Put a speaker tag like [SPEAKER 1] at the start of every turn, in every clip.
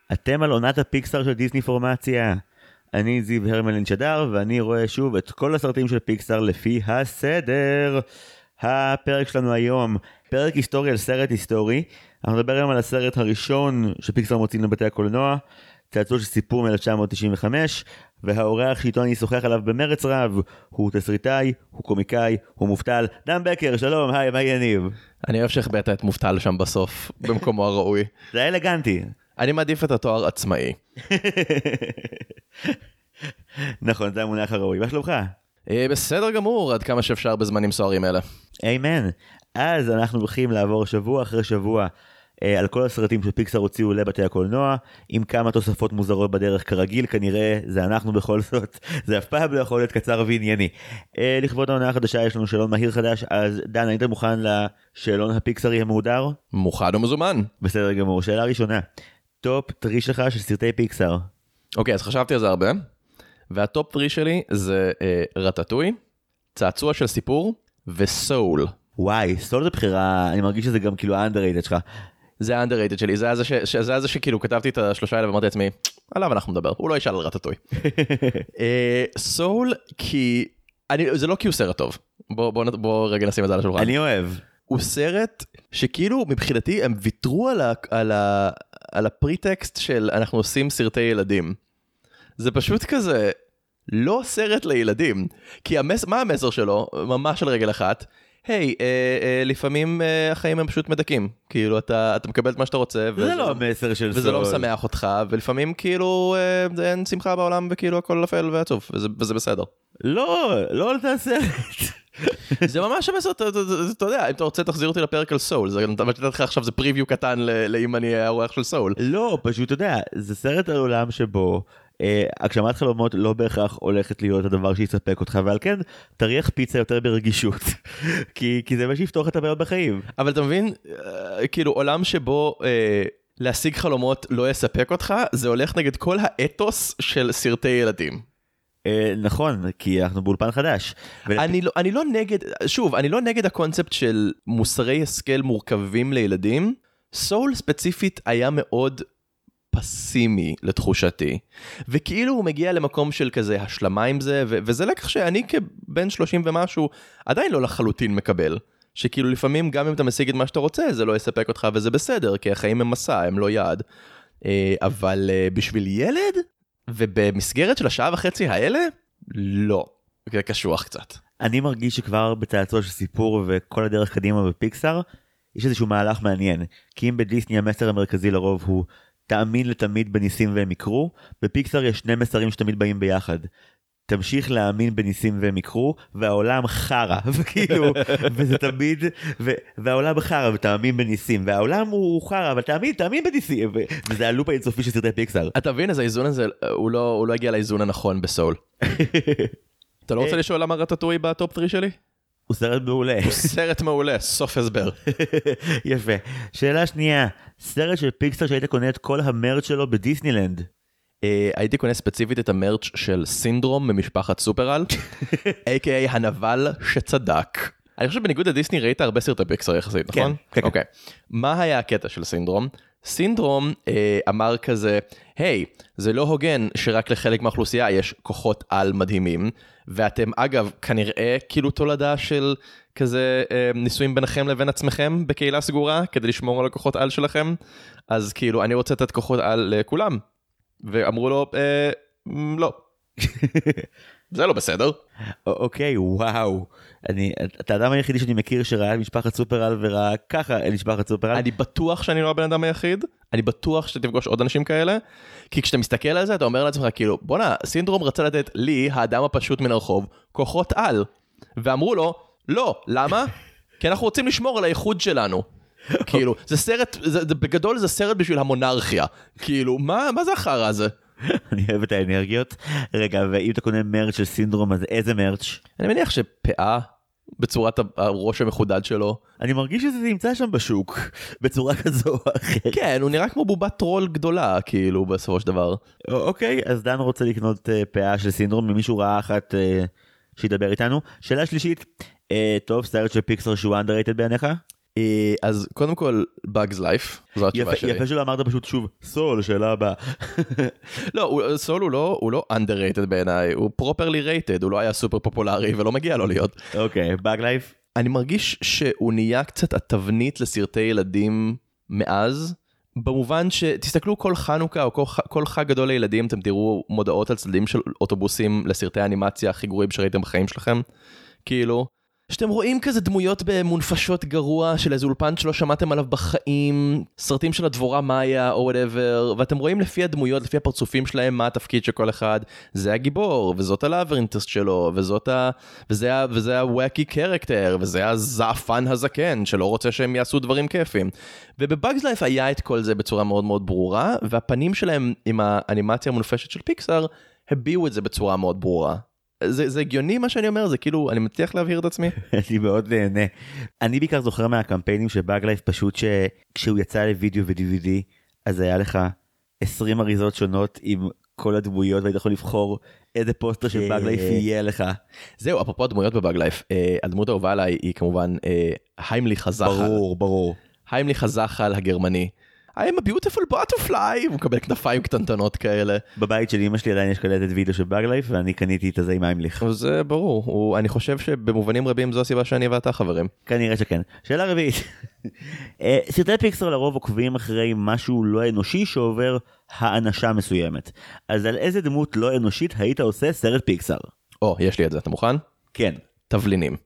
[SPEAKER 1] אתם על עונת הפיקסאר של דיסני פורמציה. אני זיו הרמלין שדר, ואני רואה שוב את כל הסרטים של פיקסאר לפי הסדר. הפרק שלנו היום, פרק היסטורי על סרט היסטורי. אנחנו נדבר היום על הסרט הראשון שפיקסאר מוצאים לבתי הקולנוע, צעצוע של סיפור מ-1995, והאורח שאיתו אני אשוחח עליו במרץ רב, הוא תסריטאי, הוא קומיקאי, הוא מובטל. דן בקר, שלום, היי, מה יניב?
[SPEAKER 2] אני אוהב שהחבאת את מובטל שם בסוף, במקומו הראוי.
[SPEAKER 1] זה היה אלגנטי.
[SPEAKER 2] אני מעדיף את התואר עצמאי.
[SPEAKER 1] נכון, זה המונח הראוי. מה שלומך?
[SPEAKER 2] בסדר גמור, עד כמה שאפשר בזמנים סוערים אלה.
[SPEAKER 1] אמן. אז אנחנו הולכים לעבור שבוע אחרי שבוע על כל הסרטים שפיקסאר הוציאו לבתי הקולנוע, עם כמה תוספות מוזרות בדרך כרגיל, כנראה זה אנחנו בכל זאת, זה אף פעם לא יכול להיות קצר וענייני. לכבוד העונה החדשה יש לנו שאלון מהיר חדש, אז דן, היית מוכן לשאלון הפיקסארי המהודר?
[SPEAKER 2] מוכן ומזומן.
[SPEAKER 1] בסדר גמור, שאלה ראשונה, טופ 3 שלך של סרטי פיקסאר.
[SPEAKER 2] אוקיי, אז חשבתי על זה הרבה, והטופ 3 שלי זה רטטוי, צעצוע של סיפור וסול.
[SPEAKER 1] וואי, סול זה בחירה, אני מרגיש שזה גם כאילו האנדררייטד שלך.
[SPEAKER 2] זה האנדררייטד שלי, זה זה שכאילו כתבתי את השלושה האלה ואמרתי לעצמי, עליו אנחנו נדבר, הוא לא ישאל על רטטוי. סול, כי, זה לא כי הוא סרט טוב, בוא רגע נשים את זה על השולחן.
[SPEAKER 1] אני אוהב.
[SPEAKER 2] הוא סרט שכאילו מבחינתי הם ויתרו על הפריטקסט של אנחנו עושים סרטי ילדים. זה פשוט כזה, לא סרט לילדים, כי מה המסר שלו? ממש על רגל אחת, היי, לפעמים החיים הם פשוט מדקים, כאילו אתה מקבל את מה שאתה רוצה,
[SPEAKER 1] זה לא המסר של סול.
[SPEAKER 2] וזה לא משמח אותך, ולפעמים כאילו אין שמחה בעולם, וכאילו הכל אפל ועצוב, וזה בסדר.
[SPEAKER 1] לא על זה הסרט.
[SPEAKER 2] זה ממש המסר, אתה יודע, אם אתה רוצה תחזיר אותי לפרק על סול, אבל תדעת לך עכשיו זה פריוויו קטן לאם אני האורח של סול.
[SPEAKER 1] לא, פשוט אתה יודע, זה סרט על עולם שבו הגשמת חלומות לא בהכרח הולכת להיות הדבר שיספק אותך, ועל כן תריח פיצה יותר ברגישות, כי זה מה שיפתוח את הבעיות בחיים.
[SPEAKER 2] אבל אתה מבין, כאילו עולם שבו להשיג חלומות לא יספק אותך, זה הולך נגד כל האתוס של סרטי ילדים.
[SPEAKER 1] נכון, כי אנחנו באולפן חדש.
[SPEAKER 2] אני לא נגד, שוב, אני לא נגד הקונספט של מוסרי השכל מורכבים לילדים. סול ספציפית היה מאוד פסימי לתחושתי, וכאילו הוא מגיע למקום של כזה השלמה עם זה, וזה לקח שאני כבן 30 ומשהו עדיין לא לחלוטין מקבל, שכאילו לפעמים גם אם אתה משיג את מה שאתה רוצה זה לא יספק אותך, וזה בסדר, כי החיים הם מסע, הם לא יעד. אבל בשביל ילד ובמסגרת של השעה וחצי האלה לא, זה קשוח קצת.
[SPEAKER 1] אני מרגיש שכבר בצעצוע של סיפור וכל הדרך קדימה בפיקסאר יש איזשהו מהלך מעניין, כי אם בדיסני המסר המרכזי לרוב הוא תאמין לתמיד בניסים והם יקרו, בפיקסאר יש שני מסרים שתמיד באים ביחד. תמשיך להאמין בניסים והם יקרו, והעולם חרה, וכאילו, וזה תמיד, והעולם חרה, ותאמין בניסים, והעולם הוא חרה, אבל תאמין בניסים, וזה הלופ האינסופי של סרטי פיקסאר.
[SPEAKER 2] אתה מבין, אז האיזון הזה, הוא לא הגיע לאיזון הנכון בסול. אתה לא רוצה לשאול למה רטטוי בטופ 3 שלי?
[SPEAKER 1] הוא סרט מעולה.
[SPEAKER 2] הוא סרט מעולה, סוף הסבר.
[SPEAKER 1] יפה. שאלה שנייה, סרט של פיקסאר שהיית קונה את כל המרץ שלו בדיסנילנד.
[SPEAKER 2] הייתי קונה ספציפית את המרץ' של סינדרום ממשפחת סופרל, a.k.a. הנבל שצדק. אני חושב בניגוד לדיסני ראית הרבה סרטי פיקסאר יחסית, נכון?
[SPEAKER 1] כן.
[SPEAKER 2] אוקיי. מה היה הקטע של סינדרום? סינדרום אמר כזה, היי, זה לא הוגן שרק לחלק מהאוכלוסייה יש כוחות על מדהימים, ואתם אגב כנראה כאילו תולדה של כזה ניסויים ביניכם לבין עצמכם בקהילה סגורה, כדי לשמור על הכוחות על שלכם, אז כאילו אני רוצה לתת כוחות על לכולם. ואמרו לו, לא. זה לא בסדר.
[SPEAKER 1] אוקיי, וואו. אתה האדם היחידי שאני מכיר שראה את משפחת סופרל וראה ככה את משפחת סופרל.
[SPEAKER 2] אני בטוח שאני לא הבן אדם היחיד, אני בטוח שתפגוש עוד אנשים כאלה, כי כשאתה מסתכל על זה אתה אומר לעצמך כאילו, בונה, סינדרום רצה לתת לי, האדם הפשוט מן הרחוב, כוחות על. ואמרו לו, לא, למה? כי אנחנו רוצים לשמור על הייחוד שלנו. כאילו, זה סרט, בגדול זה סרט בשביל המונרכיה. כאילו, מה זה החרא הזה?
[SPEAKER 1] אני אוהב את האנרגיות. רגע, ואם אתה קונה מרץ' של סינדרום, אז איזה מרץ'?
[SPEAKER 2] אני מניח שפאה, בצורת הראש המחודד שלו.
[SPEAKER 1] אני מרגיש שזה נמצא שם בשוק, בצורה כזו או אחרת.
[SPEAKER 2] כן, הוא נראה כמו בובת טרול גדולה, כאילו, בסופו של דבר.
[SPEAKER 1] אוקיי, אז דן רוצה לקנות פאה של סינדרום, ממישהו ראה אחת שידבר איתנו. שאלה שלישית, טוב, סרט של פיקסאר שהוא underrated בעיניך?
[SPEAKER 2] אז קודם כל, Bugs Life, זו התשובה שלי.
[SPEAKER 1] יפה שלא אמרת פשוט שוב, סול, שאלה הבאה.
[SPEAKER 2] לא, סול הוא לא underrated בעיניי, הוא properly rated, הוא לא היה סופר פופולרי ולא מגיע לו להיות.
[SPEAKER 1] אוקיי, Bug Life?
[SPEAKER 2] אני מרגיש שהוא נהיה קצת התבנית לסרטי ילדים מאז, במובן שתסתכלו כל חנוכה או כל חג גדול לילדים, אתם תראו מודעות על צדדים של אוטובוסים לסרטי האנימציה הכי גרועים שראיתם בחיים שלכם, כאילו, שאתם רואים כזה דמויות במונפשות גרוע של איזה אולפן שלא שמעתם עליו בחיים, סרטים של הדבורה מאיה או whatever, ואתם רואים לפי הדמויות, לפי הפרצופים שלהם, מה התפקיד של כל אחד, זה הגיבור, וזאת הלאבר אינטרסט שלו, וזה הוואקי קרקטר, וזה הזעפן הזקן, שלא רוצה שהם יעשו דברים כיפים. ובבאגס לייף היה את כל זה בצורה מאוד מאוד ברורה, והפנים שלהם עם האנימציה המונפשת של פיקסאר, הביאו את זה בצורה מאוד ברורה. זה הגיוני מה שאני אומר, זה כאילו, אני מצליח להבהיר את עצמי.
[SPEAKER 1] אני מאוד נהנה. אני בעיקר זוכר מהקמפיינים של Bug Life פשוט שכשהוא יצא לוידאו ו-DVD, אז היה לך 20 אריזות שונות עם כל הדמויות, והיית יכול לבחור איזה פוסטר של Bug Life יהיה לך.
[SPEAKER 2] זהו, אפרופו הדמויות בבאג לייף, הדמות האהובה עליי היא כמובן היימליך הזחל.
[SPEAKER 1] ברור.
[SPEAKER 2] היימליך הזחל הגרמני. I'm a beautiful butterfly, הוא מקבל כנפיים קטנטנות כאלה.
[SPEAKER 1] בבית של אמא שלי עדיין יש קלטת וידאו של Bug Life, ואני קניתי את זה עם היימליך.
[SPEAKER 2] זה ברור, אני חושב שבמובנים רבים זו הסיבה שאני ואתה חברים.
[SPEAKER 1] כנראה שכן. שאלה רביעית. סרטי פיקסאר לרוב עוקבים אחרי משהו לא אנושי שעובר האנשה מסוימת. אז על איזה דמות לא אנושית היית עושה סרט פיקסאר?
[SPEAKER 2] יש לי את זה, אתה מוכן?
[SPEAKER 1] כן.
[SPEAKER 2] תבלינים.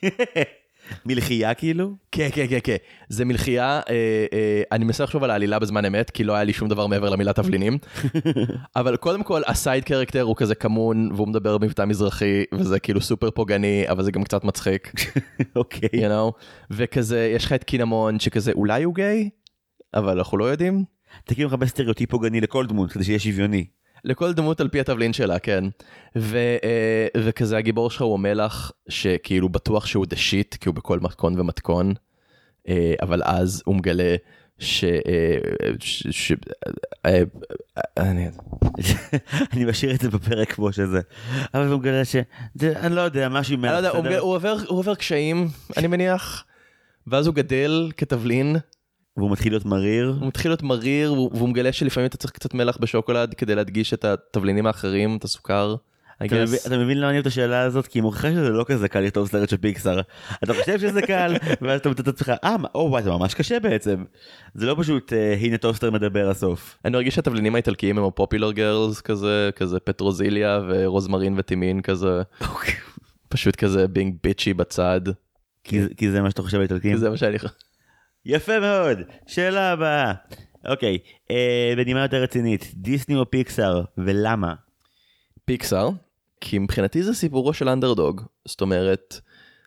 [SPEAKER 1] מלחייה כאילו?
[SPEAKER 2] כן. זה מלחייה, אני מנסה לחשוב על העלילה בזמן אמת, כי לא היה לי שום דבר מעבר למילה תבלינים. אבל קודם כל, הסייד קרקטר הוא כזה כמון, והוא מדבר במבטא מזרחי, וזה כאילו סופר פוגעני, אבל זה גם קצת מצחיק.
[SPEAKER 1] אוקיי.
[SPEAKER 2] You know? וכזה, יש לך את קינמון, שכזה אולי הוא גיי, אבל אנחנו לא יודעים.
[SPEAKER 1] אתה כאילו מחפש סטריאוטיפ פוגעני לכל דמות, כדי שיהיה שוויוני.
[SPEAKER 2] לכל דמות על פי התבלין שלה, כן. וכזה הגיבור שלך הוא המלח, שכאילו בטוח שהוא the shit, כי הוא בכל מתכון ומתכון, אבל אז הוא מגלה
[SPEAKER 1] אני משאיר את זה בפרק כמו שזה. אבל הוא מגלה אני לא יודע, משהו עם מלח.
[SPEAKER 2] הוא עובר קשיים, אני מניח, ואז הוא גדל כתבלין,
[SPEAKER 1] והוא מתחיל להיות מריר.
[SPEAKER 2] הוא מתחיל להיות מריר, והוא מגלה שלפעמים אתה צריך קצת מלח בשוקולד כדי להדגיש את התבלינים האחרים, את הסוכר.
[SPEAKER 1] אתה מבין למה אני אוהב את השאלה הזאת? כי היא מוכיחה שזה לא כזה קל לכתוב סרט של פיקסאר. אתה חושב שזה קל, ואז אתה מתת עצמך, וואי, זה ממש קשה בעצם. זה לא פשוט, הנה טוסטר מדבר הסוף.
[SPEAKER 2] אני מרגיש שהתבלינים האיטלקיים הם הפופולר גרלס כזה פטרוזיליה ורוזמרין וטימין כזה. פשוט כזה being bitchy בצד.
[SPEAKER 1] כי זה מה שאתה חושב על איטלקיים?
[SPEAKER 2] זה מה שאני חושב.
[SPEAKER 1] יפה מאוד, שאלה הבאה. אוקיי, בנימה יותר רצינית, דיסני או פיקסאר, ולמה?
[SPEAKER 2] פיקסאר, כי מבחינתי זה סיפורו של אנדרדוג, זאת אומרת,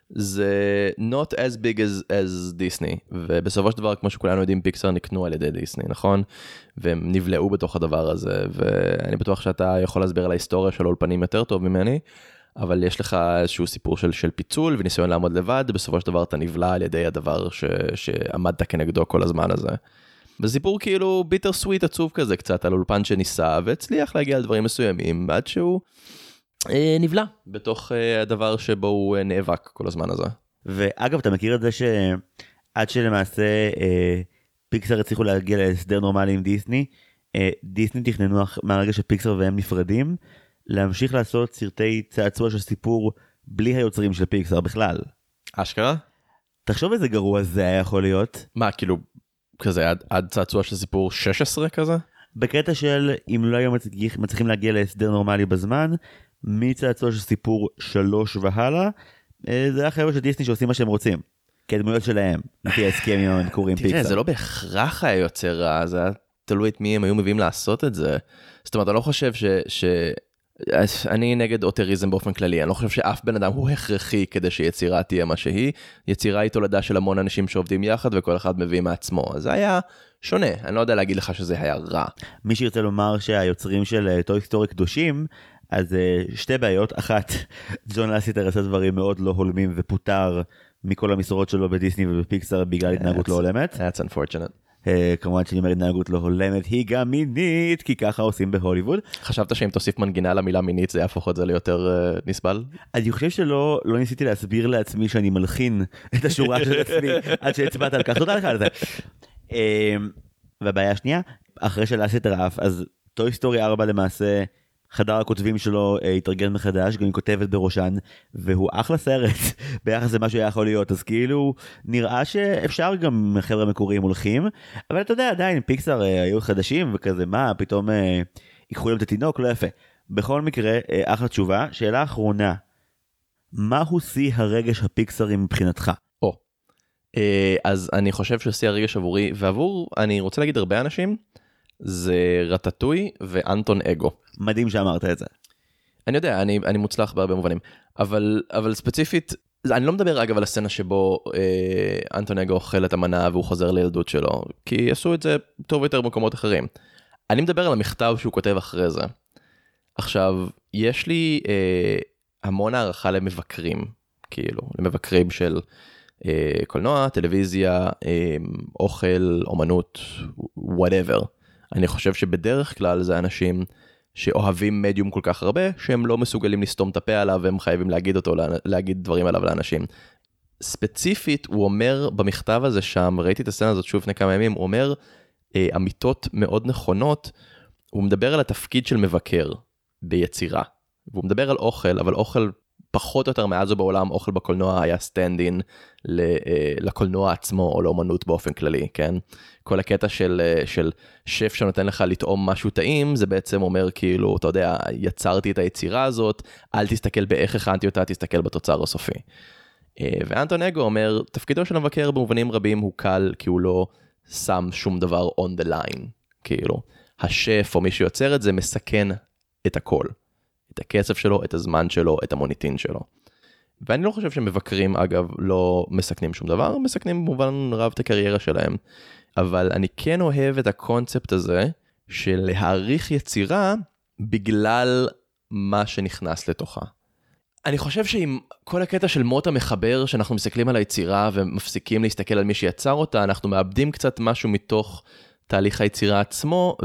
[SPEAKER 2] זה not as big as דיסני, ובסופו של דבר, כמו שכולנו יודעים, פיקסאר נקנו על ידי דיסני, נכון? והם נבלעו בתוך הדבר הזה, ואני בטוח שאתה יכול להסביר על ההיסטוריה של האולפנים יותר טוב ממני, אבל יש לך איזשהו סיפור של פיצול וניסיון לעמוד לבד, בסופו של דבר אתה נבלע על ידי הדבר שעמדת כנגדו כל הזמן הזה. וסיפור כאילו ביטר סוויט עצוב כזה קצת על אולפן שניסה, והצליח להגיע לדברים מסוימים, עד שהוא נבלע בתוך הדבר שבו הוא נאבק כל הזמן הזה.
[SPEAKER 1] ואגב, אתה מכיר את זה שעד שלמעשה פיקסאר הצליחו להגיע להסדר נורמלי עם דיסני, דיסני תכננו מהרגע שפיקסאר והם נפרדים, להמשיך לעשות סרטי צעצוע של סיפור בלי היוצרים של פיקסאר בכלל.
[SPEAKER 2] אשכרה?
[SPEAKER 1] תחשוב איזה גרוע זה היה יכול להיות.
[SPEAKER 2] מה, כאילו, כזה עד צעצוע של סיפור 16 כזה?
[SPEAKER 1] בקטע של אם לא היו מצליחים להגיע להסדר נורמלי בזמן, מצעצוע של סיפור 3 והלאה, זה היה חבר'ה של דיסני שעושים מה שהם רוצים. כדמויות שלהם, לפי ההסכם עם המקורים פיקסאר.
[SPEAKER 2] תראה, זה לא בהכרח היה יוצר רע, זה היה תלוי את מי הם היו מביאים לעשות את זה. זאת אומרת, אני לא חושב אני נגד אוטריזם באופן כללי, אני לא חושב שאף בן אדם הוא הכרחי כדי שיצירה תהיה מה שהיא, יצירה היא תולדה של המון אנשים שעובדים יחד וכל אחד מביא מעצמו, אז זה היה שונה, אני לא יודע להגיד לך שזה היה רע.
[SPEAKER 1] מי שירצה לומר שהיוצרים של טוי סטורי קדושים, אז שתי בעיות, אחת, ג'ון לסיטר עשה דברים מאוד לא הולמים ופוטר מכל המשרות שלו בדיסני ובפיקסאר בגלל התנהגות לא הולמת.
[SPEAKER 2] That's unfortunate.
[SPEAKER 1] כמובן שאני אומר התנהגות לא הולמת, היא גם מינית, כי ככה עושים בהוליווד.
[SPEAKER 2] חשבת שאם תוסיף מנגינה למילה מינית זה יהפוך את זה ליותר נסבל?
[SPEAKER 1] אני חושב שלא ניסיתי להסביר לעצמי שאני מלחין את השורה של עצמי, עד שהצבעת על כך, תודה לך על זה. והבעיה השנייה, אחרי שלאסט רעף, אז טוי סטורי 4 למעשה, חדר הכותבים שלו התארגן מחדש, גם היא כותבת בראשן, והוא אחלה סרט ביחס למה שהוא יכול להיות, אז כאילו נראה שאפשר גם חבר'ה מקוריים הולכים, אבל אתה יודע, עדיין פיקסאר היו חדשים וכזה, מה, פתאום ייקחו להם את התינוק, לא יפה. בכל מקרה, אחלה תשובה, שאלה אחרונה, מהו שיא הרגש הפיקסארי מבחינתך?
[SPEAKER 2] אז אני חושב ששיא הרגש עבורי, ועבור, אני רוצה להגיד הרבה אנשים, זה רטטוי ואנטון אגו.
[SPEAKER 1] מדהים שאמרת את זה.
[SPEAKER 2] אני יודע, אני מוצלח בהרבה מובנים, אבל ספציפית, אני לא מדבר אגב על הסצנה שבו אנטון אגו אוכל את המנה והוא חוזר לילדות שלו, כי עשו את זה טוב יותר במקומות אחרים. אני מדבר על המכתב שהוא כותב אחרי זה. עכשיו, יש לי המון הערכה למבקרים, כאילו, למבקרים של קולנוע, טלוויזיה, אוכל, אומנות, whatever. אני חושב שבדרך כלל זה אנשים שאוהבים מדיום כל כך הרבה, שהם לא מסוגלים לסתום את הפה עליו, והם חייבים להגיד דברים עליו לאנשים. ספציפית, הוא אומר במכתב הזה שם, ראיתי את הסצנה הזאת שוב לפני כמה ימים, הוא אומר אמיתות מאוד נכונות, הוא מדבר על התפקיד של מבקר ביצירה, והוא מדבר על אוכל, אבל אוכל פחות או יותר מאז ובעולם, אוכל בקולנוע היה סטנדין לקולנוע עצמו, או לאומנות באופן כללי, כן? כל הקטע של שף שנותן לך לטעום משהו טעים, זה בעצם אומר כאילו, אתה יודע, יצרתי את היצירה הזאת, אל תסתכל באיך הכנתי אותה, תסתכל בתוצר הסופי. ואנטון אגו אומר, תפקידו של המבקר במובנים רבים הוא קל, כי הוא לא שם שום דבר on the line, כאילו. השף או מי שיוצר את זה מסכן את הכל. את הכסף שלו, את הזמן שלו, את המוניטין שלו. ואני לא חושב שמבקרים, אגב, לא מסכנים שום דבר, מסכנים במובן רב את הקריירה שלהם. אבל אני כן אוהב את הקונספט הזה, של להעריך יצירה בגלל מה שנכנס לתוכה. אני חושב שעם כל הקטע של מות המחבר, שאנחנו מסתכלים על היצירה ומפסיקים להסתכל על מי שיצר אותה, אנחנו מאבדים קצת משהו מתוך תהליך היצירה עצמו,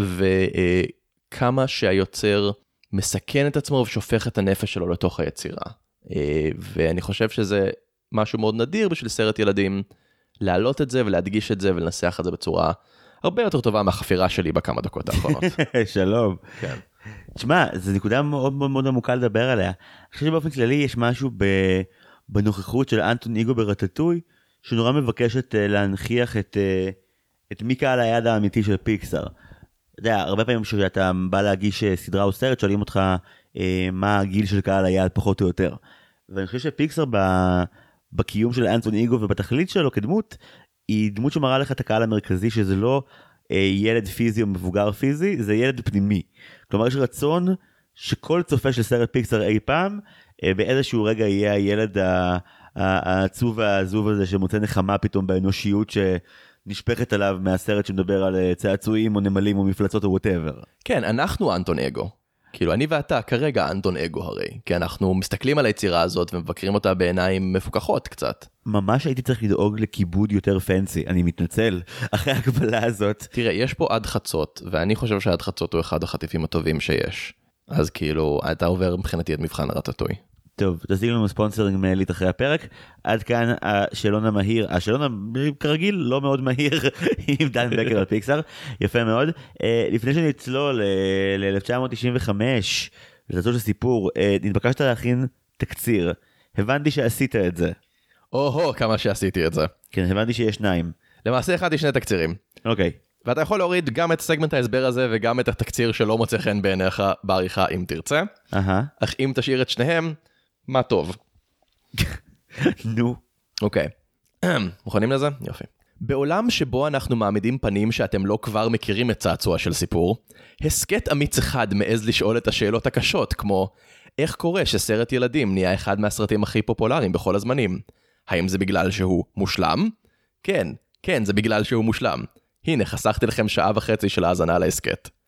[SPEAKER 2] וכמה שהיוצר מסכן את עצמו ושופך את הנפש שלו לתוך היצירה. ואני חושב שזה משהו מאוד נדיר בשביל סרט ילדים, להעלות את זה ולהדגיש את זה ולנסח את זה בצורה הרבה יותר טובה מהחפירה שלי בכמה דקות האחרונות.
[SPEAKER 1] שלום.
[SPEAKER 2] כן.
[SPEAKER 1] תשמע, זו נקודה מאוד מאוד מאוד עמוקה לדבר עליה. אני חושב שבאופן כללי יש משהו בנוכחות של אנטון אגו ברטטוי, שנורא מבקשת להנכיח את מי קהל היעד האמיתי של פיקסאר. אתה יודע, הרבה פעמים שאתה בא להגיש סדרה או סרט, שואלים אותך מה הגיל של קהל היעד פחות או יותר. ואני חושב שפיקסאר בקיום של אנטון אגו ובתכלית שלו כדמות, היא דמות שמראה לך את הקהל המרכזי, שזה לא ילד פיזי או מבוגר פיזי, זה ילד פנימי. כלומר, יש רצון שכל צופה של סרט פיקסאר אי פעם, באיזשהו רגע יהיה הילד העצוב והעזוב הזה, שמוצא נחמה פתאום באנושיות שנשפכת עליו מהסרט שמדבר על צעצועים או נמלים או מפלצות או whatever.
[SPEAKER 2] כן, אנחנו אנטון אגו. כאילו, אני ואתה כרגע אנטון אגו הרי, כי אנחנו מסתכלים על היצירה הזאת ומבקרים אותה בעיניים מפוקחות קצת.
[SPEAKER 1] ממש הייתי צריך לדאוג לכיבוד יותר פנסי, אני מתנצל, אחרי ההקבלה הזאת.
[SPEAKER 2] תראה, יש פה עד חצות, ואני חושב שעד חצות הוא אחד החטיפים הטובים שיש. אז כאילו, אתה עובר מבחינתי את מבחן הרטטוי.
[SPEAKER 1] טוב, תשיג לנו ספונסרינג מעלית אחרי הפרק. עד כאן השאלון המהיר, השאלון כרגיל לא מאוד מהיר עם דן בקר על פיקסאר, יפה מאוד. לפני שנצלול ל-1995, לצלצול של סיפור, נתבקשת להכין תקציר. הבנתי שעשית את זה.
[SPEAKER 2] או-הו, כמה שעשיתי את זה.
[SPEAKER 1] כן, הבנתי שיש 2.
[SPEAKER 2] למעשה הכנתי 2 תקצירים.
[SPEAKER 1] אוקיי.
[SPEAKER 2] ואתה יכול להוריד גם את סגמנט ההסבר הזה וגם את התקציר שלא מוצא חן בעיניך בעריכה אם תרצה. אך אם תשאיר את שניהם, מה טוב.
[SPEAKER 1] נו.
[SPEAKER 2] אוקיי. מוכנים לזה? יופי. בעולם שבו אנחנו מעמידים פנים שאתם לא כבר מכירים את צעצוע של סיפור, הסקט אמיץ אחד מעז לשאול את השאלות הקשות, כמו איך קורה שסרט ילדים נהיה אחד מהסרטים הכי פופולריים בכל הזמנים? האם זה בגלל שהוא מושלם? כן, זה בגלל שהוא מושלם. הנה, חסכתי לכם 1.5 שעה של האזנה להסקט.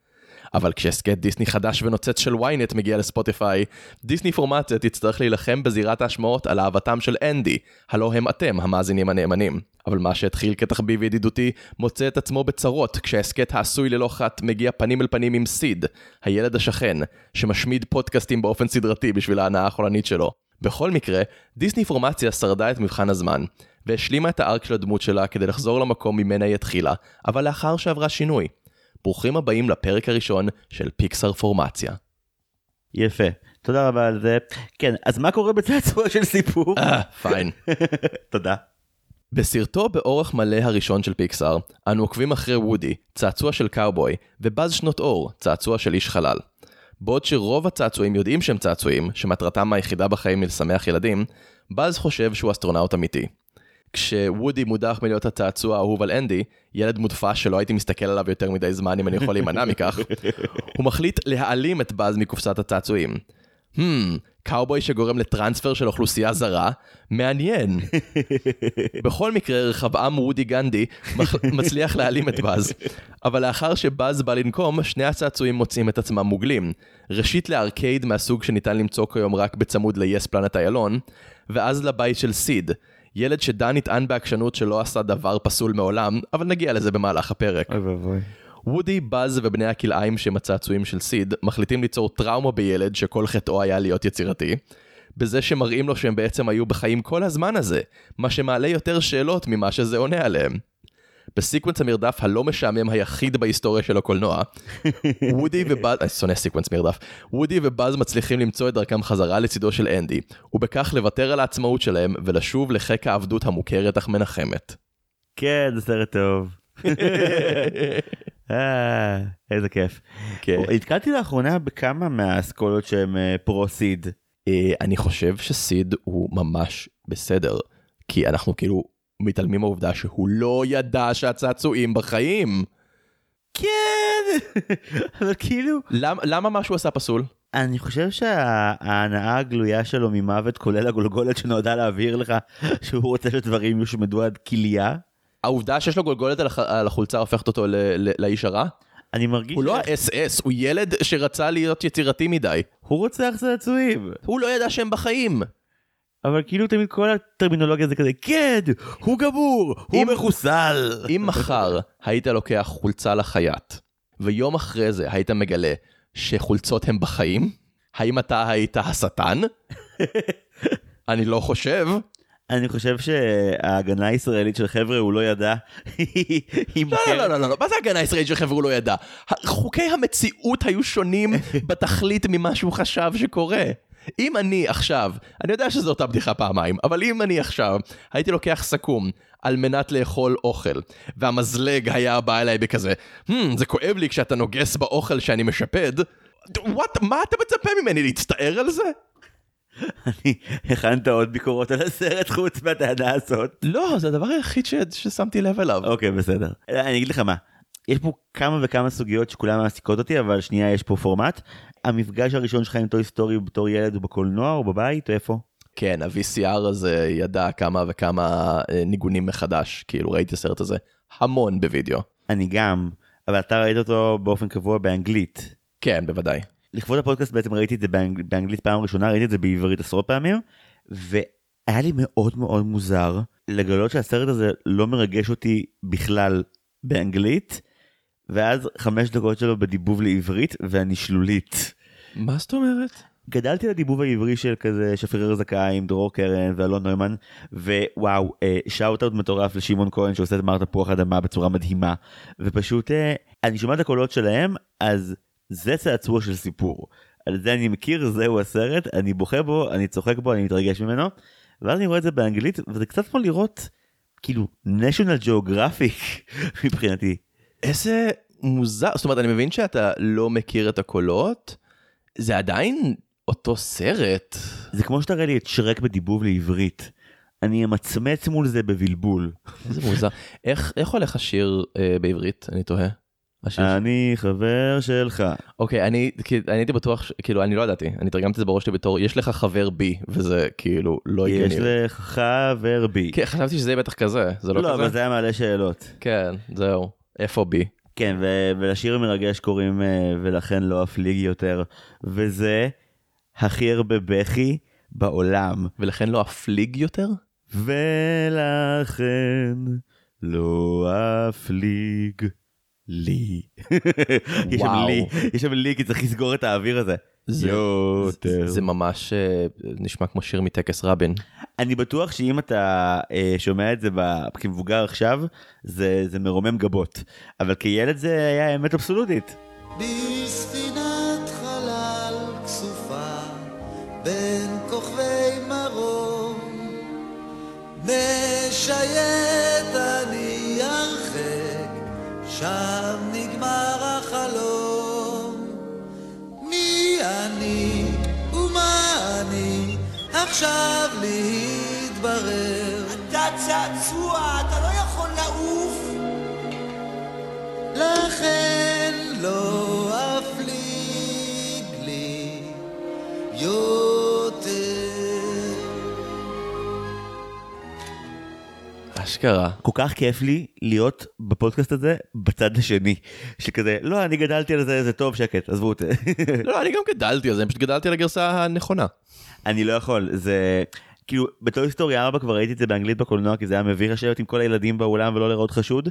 [SPEAKER 2] אבל כשהסקט דיסני חדש ונוצץ של וויינט מגיע לספוטיפיי, דיסני פורמציה תצטרך להילחם בזירת ההשמעות על אהבתם של אנדי, הלא הם אתם, המאזינים הנאמנים. אבל מה שהתחיל כתחביב ידידותי, מוצא את עצמו בצרות, כשהסקט העשוי ללא חת מגיע פנים אל פנים עם סיד, הילד השכן, שמשמיד פודקאסטים באופן סדרתי בשביל ההנאה החולנית שלו. בכל מקרה, דיסני פורמציה שרדה את מבחן הזמן, והשלימה את הארק של הדמות שלה כדי לחזור למקום ממנה היא התחילה, אבל לאחר שעברה שינוי. ברוכים הבאים לפרק הראשון של פיקסאר פורמציה.
[SPEAKER 1] יפה, תודה רבה על זה. כן, אז מה קורה בצעצוע של סיפור?
[SPEAKER 2] פיין.
[SPEAKER 1] תודה.
[SPEAKER 2] בסרטו באורך מלא הראשון של פיקסאר, אנו עוקבים אחרי וודי, צעצוע של קאובוי, ובאז שנות אור, צעצוע של איש חלל. בעוד שרוב הצעצועים יודעים שהם צעצועים, שמטרתם היחידה בחיים היא לשמח ילדים, באז חושב שהוא אסטרונאוט אמיתי. כשוודי מודח מלהיות הצעצוע האהוב על אנדי, ילד מודפש שלא הייתי מסתכל עליו יותר מדי זמן אם אני יכול להימנע מכך, הוא מחליט להעלים את באז מקופסת הצעצועים. קאובוי שגורם לטרנספר של אוכלוסייה זרה, מעניין. בכל מקרה, רחבעם וודי גנדי מצליח להעלים את באז. אבל לאחר שבאז בא לנקום, שני הצעצועים מוצאים את עצמם מוגלים. ראשית לארקייד מהסוג שניתן למצוא כיום רק בצמוד ל-Yes Planet איילון, ואז לבית של סיד. ילד שדן נטען בעקשנות שלא עשה דבר פסול מעולם, אבל נגיע לזה במהלך הפרק.
[SPEAKER 1] אוי ואבוי.
[SPEAKER 2] וודי, באז ובני הכלאיים שהם הצעצועים של סיד מחליטים ליצור טראומה בילד שכל חטאו היה להיות יצירתי, בזה שמראים לו שהם בעצם היו בחיים כל הזמן הזה, מה שמעלה יותר שאלות ממה שזה עונה עליהם. בסיקוונס המרדף הלא משעמם היחיד בהיסטוריה של הקולנוע, וודי ובאז, אני שונא סיקוונס מרדף, וודי ובאז מצליחים למצוא את דרכם חזרה לצידו של אנדי, ובכך לוותר על העצמאות שלהם ולשוב לחיק העבדות המוכרת אך מנחמת.
[SPEAKER 1] כן, זה סרט טוב. איזה כיף. התקלתי לאחרונה בכמה מהאסכולות שהם פרו-סיד.
[SPEAKER 2] אני חושב שסיד הוא ממש בסדר, כי אנחנו כאילו מתעלמים מהעובדה שהוא לא ידע שהצעצועים בחיים.
[SPEAKER 1] כן, אבל כאילו...
[SPEAKER 2] למה משהו עשה פסול?
[SPEAKER 1] אני חושב שההנאה הגלויה שלו ממוות, כולל הגולגולת שנועדה להבהיר לך שהוא רוצה שדברים יושמדו עד כליה.
[SPEAKER 2] העובדה שיש לו גולגולת על החולצה הופכת אותו לאיש הרע?
[SPEAKER 1] אני מרגיש...
[SPEAKER 2] הוא לא ה-SS, הוא ילד שרצה להיות יצירתי מדי.
[SPEAKER 1] הוא רוצח צעצועים.
[SPEAKER 2] הוא לא ידע שהם בחיים.
[SPEAKER 1] אבל כאילו תמיד כל הטרמינולוגיה זה כזה, כן, הוא גמור, הוא מחוסל.
[SPEAKER 2] אם מחר היית לוקח חולצה לחייט, ויום אחרי זה היית מגלה שחולצות הם בחיים, האם אתה היית השטן? אני לא חושב.
[SPEAKER 1] אני חושב שההגנה הישראלית של חבר'ה הוא לא ידע.
[SPEAKER 2] לא, מה זה ההגנה הישראלית של חבר'ה הוא לא ידע? חוקי המציאות היו שונים בתכלית ממה שהוא חשב שקורה. אם אני עכשיו, אני יודע שזו אותה בדיחה פעמיים, אבל אם אני עכשיו הייתי לוקח סכו"ם על מנת לאכול אוכל, והמזלג היה בא אליי בכזה, זה כואב לי כשאתה נוגס באוכל שאני משפד, מה אתה מצפה ממני, להצטער על זה?
[SPEAKER 1] אני הכנת עוד ביקורות על הסרט חוץ מהטענה הזאת.
[SPEAKER 2] לא, זה הדבר היחיד ששמתי לב אליו.
[SPEAKER 1] אוקיי, בסדר. אני אגיד לך מה, יש פה כמה וכמה סוגיות שכולם מעסיקות אותי, אבל שנייה יש פה פורמט. המפגש הראשון שלך עם טוי סטורי בתור ילד הוא בקולנוע או בבית או איפה?
[SPEAKER 2] כן, ה-VCR הזה ידע כמה וכמה ניגונים מחדש, כאילו ראיתי הסרט הזה המון בווידאו. אני
[SPEAKER 1] גם, אבל אתה ראית אותו באופן קבוע באנגלית.
[SPEAKER 2] כן, בוודאי.
[SPEAKER 1] לכבוד הפודקאסט בעצם ראיתי את זה באנגלית פעם ראשונה, ראיתי את זה בעברית עשרות פעמים, והיה לי מאוד מאוד מוזר לגלות שהסרט הזה לא מרגש אותי בכלל באנגלית, ואז 5 דקות שלו בדיבוב לעברית, ואני שלולית.
[SPEAKER 2] מה זאת אומרת?
[SPEAKER 1] גדלתי לדיבוב העברי של כזה שפריר זכאי עם דרור קרן ואלון נוימן, ווואו, שאוט-אוט מטורף לשמעון כהן שעושה את מר תפוח אדמה בצורה מדהימה, ופשוט אני שומע את הקולות שלהם, אז זה צעצוע של סיפור. על זה אני מכיר, זהו הסרט, אני בוכה בו, אני צוחק בו, אני מתרגש ממנו, ואז אני רואה את זה באנגלית, וזה קצת כמו לראות, כאילו, national geographic מבחינתי.
[SPEAKER 2] איזה מוזר, זאת אומרת, אני מבין שאתה לא מכיר את הקולות, זה עדיין אותו סרט.
[SPEAKER 1] זה כמו שתראה לי את שרק בדיבוב לעברית. אני אמצמץ מול זה בבלבול.
[SPEAKER 2] איזה מוזר. איך הולך השיר בעברית, אני תוהה?
[SPEAKER 1] אני חבר שלך.
[SPEAKER 2] אוקיי, אני הייתי בטוח, כאילו, אני לא ידעתי, אני תרגמתי את זה בראש שלי בתור, יש לך חבר בי, וזה כאילו לא הגיוני.
[SPEAKER 1] יש לך חבר בי.
[SPEAKER 2] כן, חשבתי שזה יהיה בטח כזה, זה לא כזה?
[SPEAKER 1] לא, אבל זה היה מעלה שאלות.
[SPEAKER 2] כן, זהו, איפה בי?
[SPEAKER 1] כן, ולשיר המרגש קוראים ולכן לא אפליג יותר, וזה הכי הרבה בכי בעולם.
[SPEAKER 2] ולכן לא אפליג יותר?
[SPEAKER 1] ולכן לא אפליג לי. יש שם לי, כי צריך לסגור את האוויר הזה.
[SPEAKER 2] זה ממש נשמע כמו שיר מטקס רבין.
[SPEAKER 1] אני בטוח שאם אתה שומע את זה כמבוגר עכשיו, זה מרומם גבות. אבל כילד זה היה אמת אבסולוטית.
[SPEAKER 3] בספינת חלל כסופה בין כוכבי מרום משייט אני הרחק שם נגמר החלום מי אני ומה אני עכשיו להתברר
[SPEAKER 4] אתה צעצוע, אתה לא יכול לעוף
[SPEAKER 3] לכן לא אפליג לי יותר.
[SPEAKER 2] אשכרה.
[SPEAKER 1] כל כך כיף לי להיות בפודקאסט הזה בצד השני, שכזה, לא, אני גדלתי על זה, זה טוב, שקט, עזבו אותי.
[SPEAKER 2] לא, אני גם גדלתי על זה, אני פשוט גדלתי על הגרסה הנכונה.
[SPEAKER 1] אני לא יכול, זה... כאילו, בטוי היסטורי 4 כבר ראיתי את זה באנגלית בקולנוע, כי זה היה מביך לשבת עם כל הילדים באולם ולא לראות חשוד.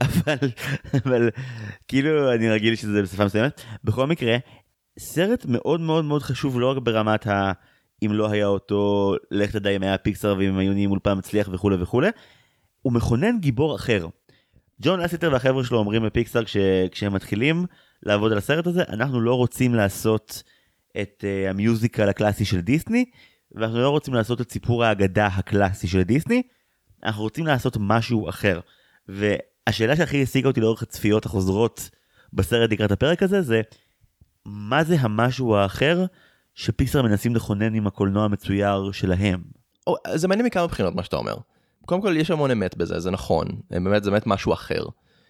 [SPEAKER 1] אבל כאילו, אני רגיל שזה בשפה מסוימת. בכל מקרה, סרט מאוד מאוד מאוד חשוב, לא רק ברמת אם לא היה אותו, לך תדע אם היה פיקסאר ואם היו נהיים אולפן מצליח וכו' וכו'. הוא מכונן גיבור אחר. ג'ון לסטר והחבר'ה שלו אומרים בפיקסאר, כשהם מתחילים לעבוד על הסרט הזה, אנחנו לא רוצים לעשות את המיוזיקל הקלאסי של דיסני, ואנחנו לא רוצים לעשות את סיפור האגדה הקלאסי של דיסני, אנחנו רוצים לעשות משהו אחר. והשאלה שהכי השיגה אותי לאורך הצפיות החוזרות בסרט לקראת הפרק הזה, זה מה זה המשהו האחר שפיקסאר מנסים לכונן עם הקולנוע המצויר שלהם?
[SPEAKER 2] זה מעניין מכמה בחינות מה שאתה אומר. קודם כל יש המון אמת בזה, זה נכון. באמת, זה באמת משהו אחר.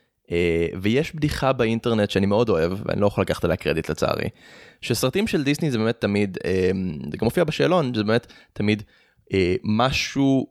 [SPEAKER 2] ויש בדיחה באינטרנט שאני מאוד אוהב, ואני לא יכול לקחת עליה קרדיט לצערי, שסרטים של דיסני זה באמת תמיד, זה גם מופיע בשאלון, זה באמת תמיד משהו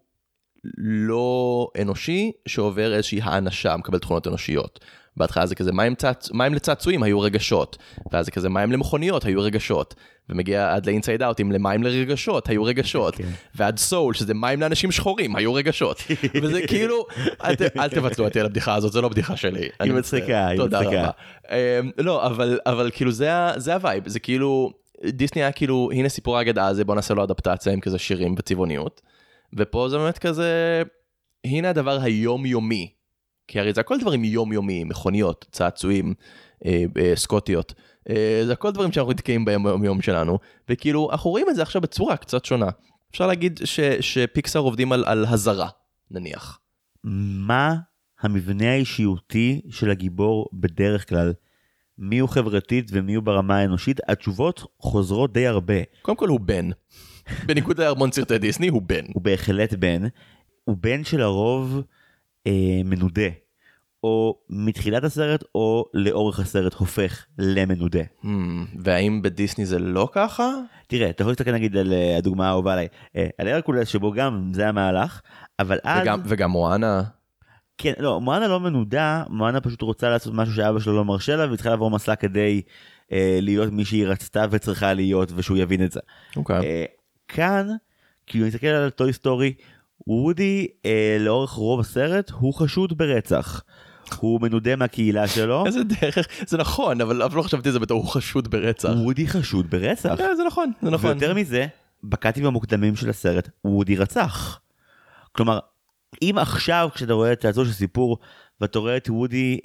[SPEAKER 2] לא אנושי שעובר איזושהי האנשה, מקבל תכונות אנושיות. בהתחלה זה כזה מים לצעצועים היו רגשות, ואז זה כזה מים למכוניות היו רגשות, ומגיע עד לאינסייד אאוט עם למים לרגשות היו רגשות, ועד סול שזה מים לאנשים שחורים היו רגשות, וזה כאילו, אל תבצעו אותי על הבדיחה הזאת, זו לא בדיחה שלי.
[SPEAKER 1] היא מצחיקה, היא
[SPEAKER 2] תודה
[SPEAKER 1] מצחיקה.
[SPEAKER 2] רבה. לא, אבל כאילו זה הווייב, זה כאילו, דיסני היה כאילו, הנה סיפור האגדה הזה, בוא נעשה לו אדפטציה עם כזה שירים בצבעוניות, ופה זה באמת כזה, הנה הדבר היומיומי, כי הרי זה הכל דברים יומיומיים, מכוניות, צעצועים, סקוטיות, זה הכל דברים שאנחנו נתקעים ביום שלנו, וכאילו אנחנו רואים את זה עכשיו בצורה קצת שונה. אפשר להגיד שפיקסאר עובדים על הזרה, נניח.
[SPEAKER 1] מה המבנה האישיותי של הגיבור בדרך כלל? מי הוא חברתית ומי הוא ברמה האנושית? התשובות חוזרות די הרבה.
[SPEAKER 2] קודם כל הוא בן. בניגוד להרמון סרטי דיסני, הוא בן.
[SPEAKER 1] הוא בהחלט בן. הוא בן של הרוב מנודה. או מתחילת הסרט או לאורך הסרט הופך למנודה.
[SPEAKER 2] והאם בדיסני זה לא ככה?
[SPEAKER 1] תראה, אתה יכול להסתכל נגיד על הדוגמה האהובה עליי, על הרקולס שבו גם זה המהלך, אבל אז...
[SPEAKER 2] וגם מואנה.
[SPEAKER 1] כן, לא, מואנה לא מנודה, מואנה פשוט רוצה לעשות משהו שאבא שלו לא מרשה לה, והיא צריכה לעבור מסע כדי להיות מי שהיא רצתה וצריכה להיות, ושהוא יבין את זה.
[SPEAKER 2] אוקיי.
[SPEAKER 1] כאן, כאילו נסתכל על טוי סטורי, וודי לאורך רוב הסרט הוא חשוד ברצח. הוא מנודה מהקהילה שלו.
[SPEAKER 2] איזה דרך, זה נכון, אבל לא חשבתי זה בתור הוא חשוד ברצח.
[SPEAKER 1] וודי חשוד ברצח.
[SPEAKER 2] זה נכון, זה נכון.
[SPEAKER 1] ויותר מזה, בקטעים המוקדמים של הסרט, וודי רצח. כלומר, אם עכשיו כשאתה רואה את הצעצוע של סיפור, ואתה רואה את וודי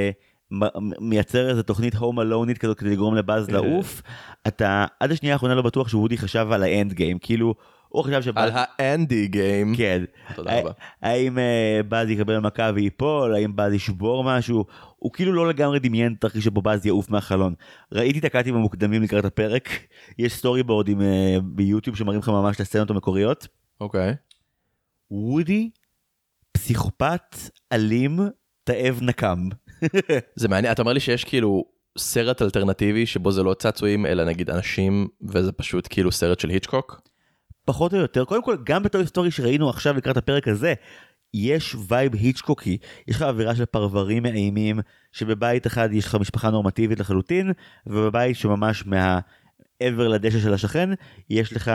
[SPEAKER 1] מייצר איזו תוכנית הום אלונית כזאת כדי לגרום לבאז לעוף, אתה עד השנייה האחרונה לא בטוח שוודי חשב על האנד גיים, כאילו הוא חשב שבאז...
[SPEAKER 2] על האנדי גיים.
[SPEAKER 1] כן.
[SPEAKER 2] תודה רבה.
[SPEAKER 1] האם באז יקבל מכה ויפול, האם באז ישבור משהו, הוא כאילו לא לגמרי דמיין תרחיש שבו באז יעוף מהחלון. ראיתי את הקאטים המוקדמים לקראת הפרק, יש סטורי בורדים ביוטיוב שמראים לך ממש את הסצנות המקוריות.
[SPEAKER 2] אוקיי.
[SPEAKER 1] וודי פסיכופת אלים תאב נקם.
[SPEAKER 2] זה מעניין, אתה אומר לי שיש כאילו סרט אלטרנטיבי שבו זה לא צעצועים אלא נגיד אנשים וזה פשוט כאילו סרט של היצ'קוק?
[SPEAKER 1] פחות או יותר, קודם כל גם בטוי סטורי שראינו עכשיו לקראת הפרק הזה, יש וייב היצ'קוקי, יש לך אווירה של פרברים מאיימים, שבבית אחד יש לך משפחה נורמטיבית לחלוטין, ובבית שממש מהעבר לדשא של השכן, יש לך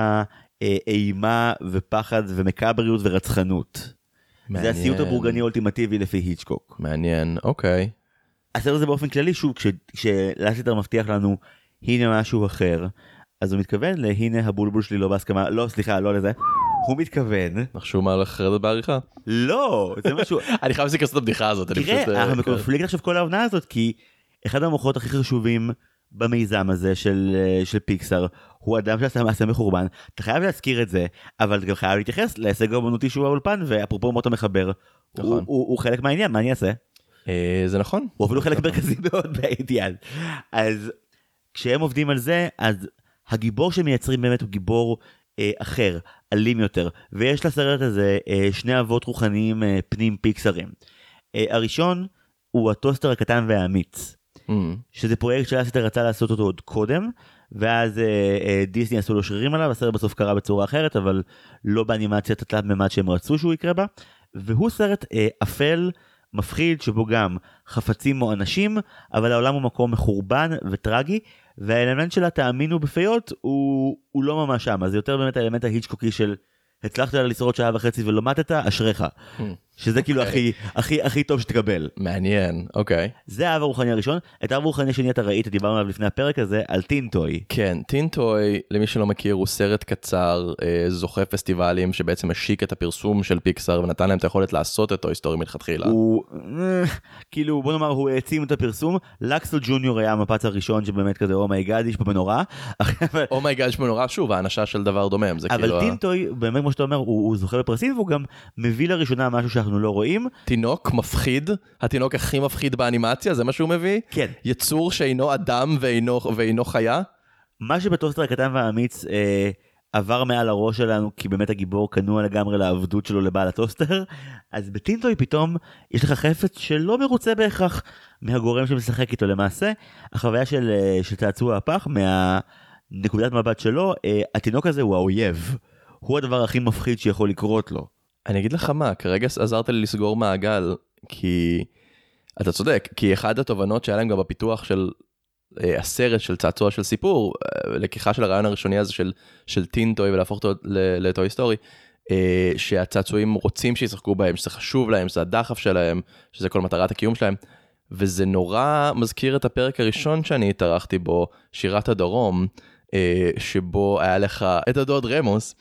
[SPEAKER 1] אימה ופחד ומקבריות ורצחנות. זה הסיוט הבורגני האולטימטיבי לפי היצ'קוק.
[SPEAKER 2] מעניין, אוקיי.
[SPEAKER 1] הסרט הזה באופן כללי, שוב, כשלאסיטר מבטיח לנו, הנה משהו אחר, אז הוא מתכוון להנה הבולבול שלי לא בהסכמה, לא, סליחה, לא לזה. הוא מתכוון.
[SPEAKER 2] נחשו מה הולך אחרת בעריכה?
[SPEAKER 1] לא, זה משהו.
[SPEAKER 2] אני חייב להסיק לעשות את הבדיחה הזאת.
[SPEAKER 1] תראה, אנחנו בקונפליקט עכשיו כל העונה הזאת, כי אחד המוחות הכי חשובים במיזם הזה של פיקסאר, הוא אדם שעשה מעשה מחורבן. אתה חייב להזכיר את זה, אבל אתה גם חייב להתייחס להישג האומנותי שהוא האולפן, ואפרופו מות המחבר, הוא חלק מהעניין, מה אני אעשה?
[SPEAKER 2] זה נכון.
[SPEAKER 1] הוא אפילו חלק מרכזי מאוד באידיאל. אז כשהם עובדים על זה, אז הגיבור שמייצרים באמת הוא גיבור אחר, אלים יותר, ויש לסרט הזה שני אבות רוחניים פנים פיקסרים. הראשון הוא הטוסטר הקטן והאמיץ, שזה פרויקט שלאסיטר רצה לעשות אותו עוד קודם, ואז דיסני עשו לו שרירים עליו, הסרט בסוף קרה בצורה אחרת, אבל לא באנימציה תתלת ממד שהם רצו שהוא יקרה בה, והוא סרט אפל, מפחיד, שבו גם חפצים או אנשים, אבל העולם הוא מקום מחורבן וטרגי, והאלמנט של התאמינו בפיות הוא לא ממש שם, אז זה יותר באמת האלמנט ההיצ'קוקי של הצלחת לשרוד שעה וחצי ולא מתת, אשריך. שזה כאילו הכי טוב שתקבל.
[SPEAKER 2] מעניין, אוקיי.
[SPEAKER 1] זה האב הרוחני הראשון. את האב הרוחני השני אתה ראית, דיברנו עליו לפני הפרק הזה, על טינטוי.
[SPEAKER 2] כן, טינטוי, למי שלא מכיר, הוא סרט קצר, זוכה פסטיבלים, שבעצם השיק את הפרסום של פיקסאר, ונתן להם את היכולת לעשות את טוי סטורי מלכתחילה.
[SPEAKER 1] הוא, כאילו, בוא נאמר, הוא העצים את הפרסום. לקסו ג'וניור היה המפץ הראשון, שבאמת כזה, אומייגאד, יש פה מנורה.
[SPEAKER 2] אומייגאד, יש מנורה, שוב, האנשה של דבר דומם.
[SPEAKER 1] אבל טינטוי, באמת, כמו שאתה אומר, הוא זוכה בפרסים, והוא גם מביא לראשונה משהו שאנחנו לא רואים.
[SPEAKER 2] תינוק מפחיד, התינוק הכי מפחיד באנימציה, זה מה שהוא מביא?
[SPEAKER 1] כן.
[SPEAKER 2] יצור שאינו אדם ואינו חיה?
[SPEAKER 1] מה שבטוסטר הקטן והאמיץ עבר מעל הראש שלנו, כי באמת הגיבור כנוע לגמרי לעבדות שלו לבעל הטוסטר, אז בטינטוי פתאום יש לך חפץ שלא מרוצה בהכרח מהגורם שמשחק איתו. למעשה, החוויה של צעצוע הפח, מהנקודת מבט שלו, התינוק הזה הוא האויב. הוא הדבר הכי מפחיד שיכול לקרות לו.
[SPEAKER 2] אני אגיד לך מה, כרגע עזרת לי לסגור מעגל, כי אתה צודק, כי אחד התובנות שהיה להם גם בפיתוח של הסרט של צעצוע של סיפור, לקיחה של הרעיון הראשוני הזה של טינטוי ולהפוך אותו לטוי סטורי, שהצעצועים רוצים שישחקו בהם, שזה חשוב להם, שזה הדחף שלהם, שזה כל מטרת הקיום שלהם, וזה נורא מזכיר את הפרק הראשון שאני התארחתי בו, שירת הדרום, שבו היה לך את הדוד רמוס,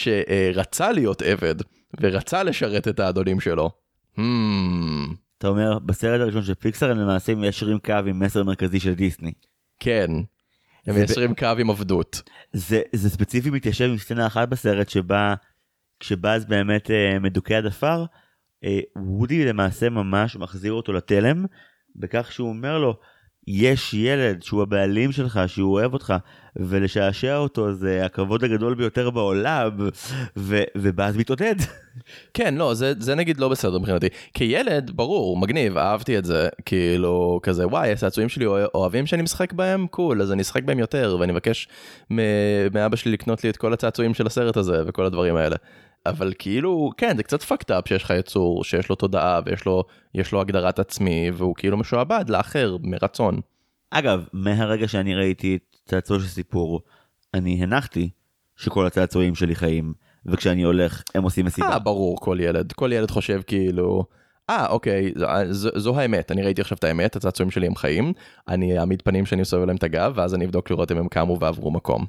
[SPEAKER 2] שרצה להיות עבד, ורצה לשרת את האדונים שלו.
[SPEAKER 1] אתה אומר, בסרט הראשון של פיקסאר הם למעשה מיישרים קו עם מסר מרכזי של דיסני.
[SPEAKER 2] כן, הם מיישרים קו עם עבדות.
[SPEAKER 1] זה ספציפי מתיישב עם סצנה אחת בסרט שבה, כשבאז באמת מדוכא הדפר, וודי למעשה ממש מחזיר אותו לתלם, בכך שהוא אומר לו, יש ילד שהוא הבעלים שלך, שהוא אוהב אותך, ולשעשע אותו זה הכבוד הגדול ביותר בעולם, ובאז מתעודד.
[SPEAKER 2] כן, לא, זה נגיד לא בסדר מבחינתי. כילד, ברור, מגניב, אהבתי את זה, כאילו כזה, וואי, הצעצועים שלי אוהבים שאני משחק בהם? קול, אז אני אשחק בהם יותר, ואני מבקש מאבא שלי לקנות לי את כל הצעצועים של הסרט הזה, וכל הדברים האלה. אבל כאילו, כן, זה קצת fucked up שיש לך יצור, שיש לו תודעה, ויש לו הגדרת עצמי, והוא כאילו משועבד לאחר, מרצון.
[SPEAKER 1] אגב, מהרגע שאני ראיתי את צעצוע של סיפור, אני הנחתי שכל הצעצועים שלי חיים, וכשאני הולך, הם עושים מסיבה.
[SPEAKER 2] ברור, כל ילד חושב כאילו, אוקיי, זו האמת, אני ראיתי עכשיו את האמת, הצעצועים שלי הם חיים, אני אעמיד פנים שאני מסובב להם את הגב, ואז אני אבדוק לראות אם הם קמו ועברו מקום.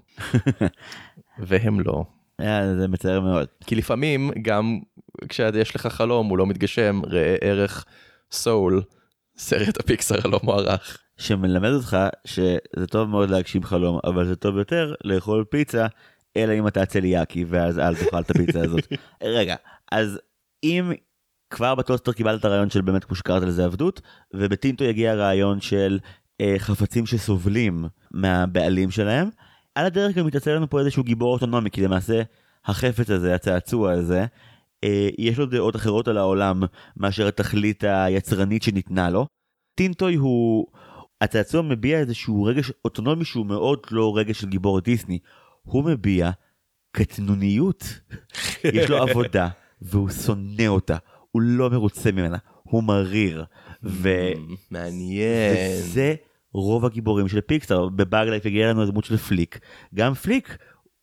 [SPEAKER 2] והם לא.
[SPEAKER 1] זה מצער מאוד.
[SPEAKER 2] כי לפעמים גם כשיש לך חלום הוא לא מתגשם, ראה ערך סול, סרט הפיקסאר הלא מוערך.
[SPEAKER 1] שמלמד אותך שזה טוב מאוד להגשים חלום, אבל זה טוב יותר לאכול פיצה, אלא אם אתה צליאקי, ואז אל תאכל את הפיצה הזאת. רגע, אז אם כבר בטוסטר קיבלת את הרעיון של באמת כמו שקראת לזה עבדות, ובטינטו יגיע הרעיון של חפצים שסובלים מהבעלים שלהם, על הדרך גם מתעצל לנו פה איזשהו גיבור אוטונומי, כי למעשה החפץ הזה, הצעצוע הזה, יש לו דעות אחרות על העולם מאשר התכלית היצרנית שניתנה לו. טינטוי הוא, הצעצוע מביע איזשהו רגש אוטונומי שהוא מאוד לא רגש של גיבור דיסני, הוא מביע קטנוניות, יש לו עבודה והוא שונא אותה, הוא לא מרוצה ממנה, הוא מריר.
[SPEAKER 2] מעניין.
[SPEAKER 1] וזה רוב הגיבורים של פיקסאר. בבאג לייף הגיע לנו הדמות של פליק. גם פליק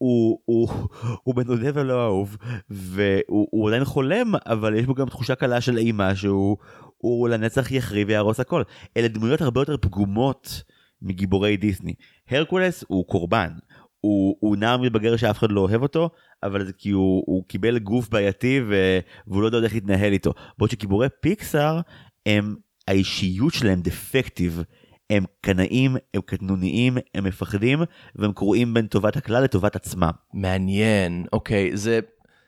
[SPEAKER 1] הוא בנודה ולא אהוב, והוא עדיין חולם, אבל יש בו גם תחושה קלה של אימה שהוא לנצח יחריב ויהרוס הכל. אלה דמויות הרבה יותר פגומות מגיבורי דיסני. הרקולס הוא קורבן, הוא נער מתבגר שאף אחד לא אוהב אותו, אבל זה כי הוא קיבל גוף בעייתי והוא לא יודע איך להתנהל איתו. בעוד שגיבורי פיקסאר, האישיות שלהם דפקטיב, הם קנאים, הם קטנוניים, הם מפחדים, והם קרואים בין טובת הכלל לטובת עצמם.
[SPEAKER 2] מעניין, אוקיי, זה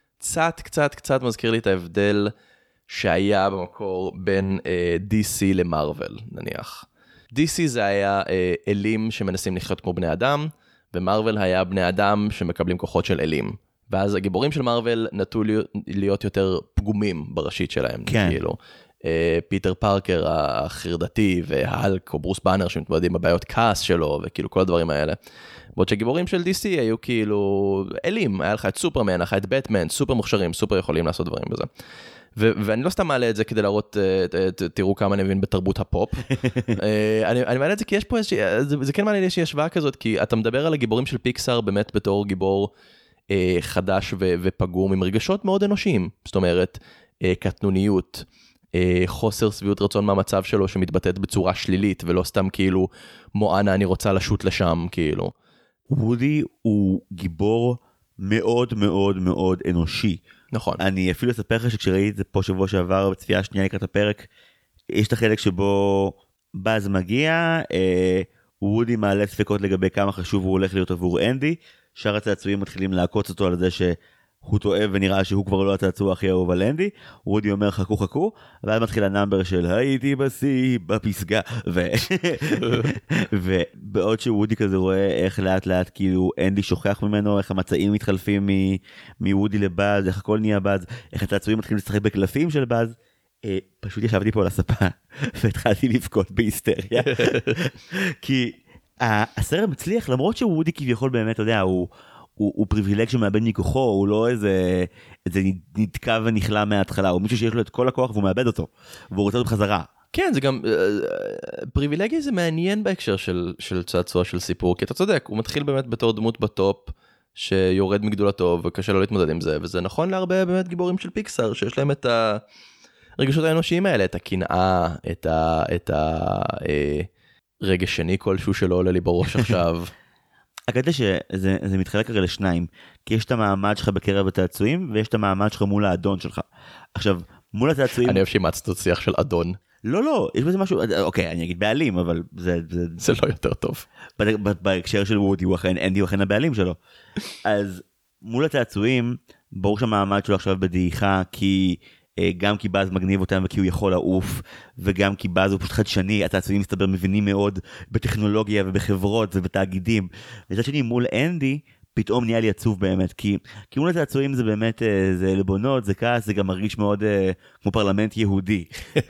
[SPEAKER 2] קצת מזכיר לי את ההבדל שהיה במקור בין DC למרוול, נניח. DC זה היה אלים שמנסים לחיות כמו בני אדם, ומרוול היה בני אדם שמקבלים כוחות של אלים. ואז הגיבורים של מרוול נטו להיות יותר פגומים בראשית שלהם.
[SPEAKER 1] כן.
[SPEAKER 2] כאילו. פיטר פארקר החרדתי וההלק או ברוס באנר שמתמודדים בבעיות כעס שלו וכאילו כל הדברים האלה. בעוד שגיבורים של DC היו כאילו אלים, היה לך את סופרמן, היה לך את בטמן, סופר מוכשרים, סופר יכולים לעשות דברים בזה. ואני לא סתם מעלה את זה כדי להראות, תראו כמה אני מבין בתרבות הפופ. אני מעלה את זה כי יש פה איזושהי, זה כן מעלה לי איזושהי השוואה כזאת, כי אתה מדבר על הגיבורים של פיקסאר באמת בתור גיבור חדש ופגום עם רגשות מאוד אנושיים. זאת אומרת, קטנוניות, חוסר סביעות רצון מהמצב שלו שמתבטאת בצורה שלילית, ולא סתם כאילו, מואנה אני רוצה לשוט לשם, כאילו.
[SPEAKER 1] וודי הוא גיבור מאוד מאוד מאוד אנושי.
[SPEAKER 2] נכון.
[SPEAKER 1] אני אפילו אספר לך שכשראיתי את זה פה שבוע שעבר, בצפייה השנייה לקראת הפרק, יש את החלק שבו באז מגיע, וודי מעלה ספקות לגבי כמה חשוב הוא הולך להיות עבור אנדי, שאר הצעצועים מתחילים לעקוץ אותו על זה שהוא טועה ונראה שהוא כבר לא הצעצוע הכי אהוב על אנדי, וודי אומר חכו, ואז מתחיל הנאמבר של הייתי בסי בפסגה, ובעוד שוודי כזה רואה איך לאט לאט כאילו אנדי שוכח ממנו, איך המצעים מתחלפים מוודי לבאז, איך הכל נהיה באז, איך הצעצועים מתחילים לשחק בקלפים של באז, פשוט ישבתי פה על הספה והתחלתי לבכות בהיסטריה, כי הסרט מצליח למרות שוודי כביכול באמת, אתה יודע, הוא פריבילג שמאבד מכוחו, הוא לא איזה נתקע ונכלה מההתחלה, הוא מישהו שיש לו את כל הכוח והוא מאבד אותו, והוא רוצה אותו בחזרה.
[SPEAKER 2] כן, זה גם, פריבילגיה זה מעניין בהקשר של צעצוע של סיפור, כי אתה צודק, הוא מתחיל באמת בתור דמות בטופ, שיורד מגדולתו וקשה לו להתמודד עם זה, וזה נכון להרבה באמת גיבורים של פיקסאר, שיש להם את הרגשות האנושיים האלה, את הקנאה, את הרגש שני כלשהו שלא עולה לי בראש עכשיו.
[SPEAKER 1] הקטע שזה מתחלק הרי לשניים, כי יש את המעמד שלך בקרב הצעצועים, ויש את המעמד שלך מול האדון שלך. עכשיו, מול הצעצועים...
[SPEAKER 2] אני אוהב שימצת את שיח של אדון.
[SPEAKER 1] לא, יש בזה משהו, אוקיי, אני אגיד בעלים, אבל זה
[SPEAKER 2] לא יותר טוב.
[SPEAKER 1] בהקשר של וודי, אנדי הוא אכן הבעלים שלו. אז מול הצעצועים, ברור שהמעמד שלו עכשיו בדעיכה, כי... גם כי באז מגניב אותם וכי הוא יכול לעוף, וגם כי באז הוא פשוט חדשני, הצעצועים מסתבר מבינים מאוד בטכנולוגיה ובחברות ובתאגידים. מצד שני מול אנדי פתאום נהיה לי עצוב באמת, כי מול הצעצועים זה באמת, זה לבונות, זה כעס, זה גם מרגיש מאוד כמו פרלמנט יהודי.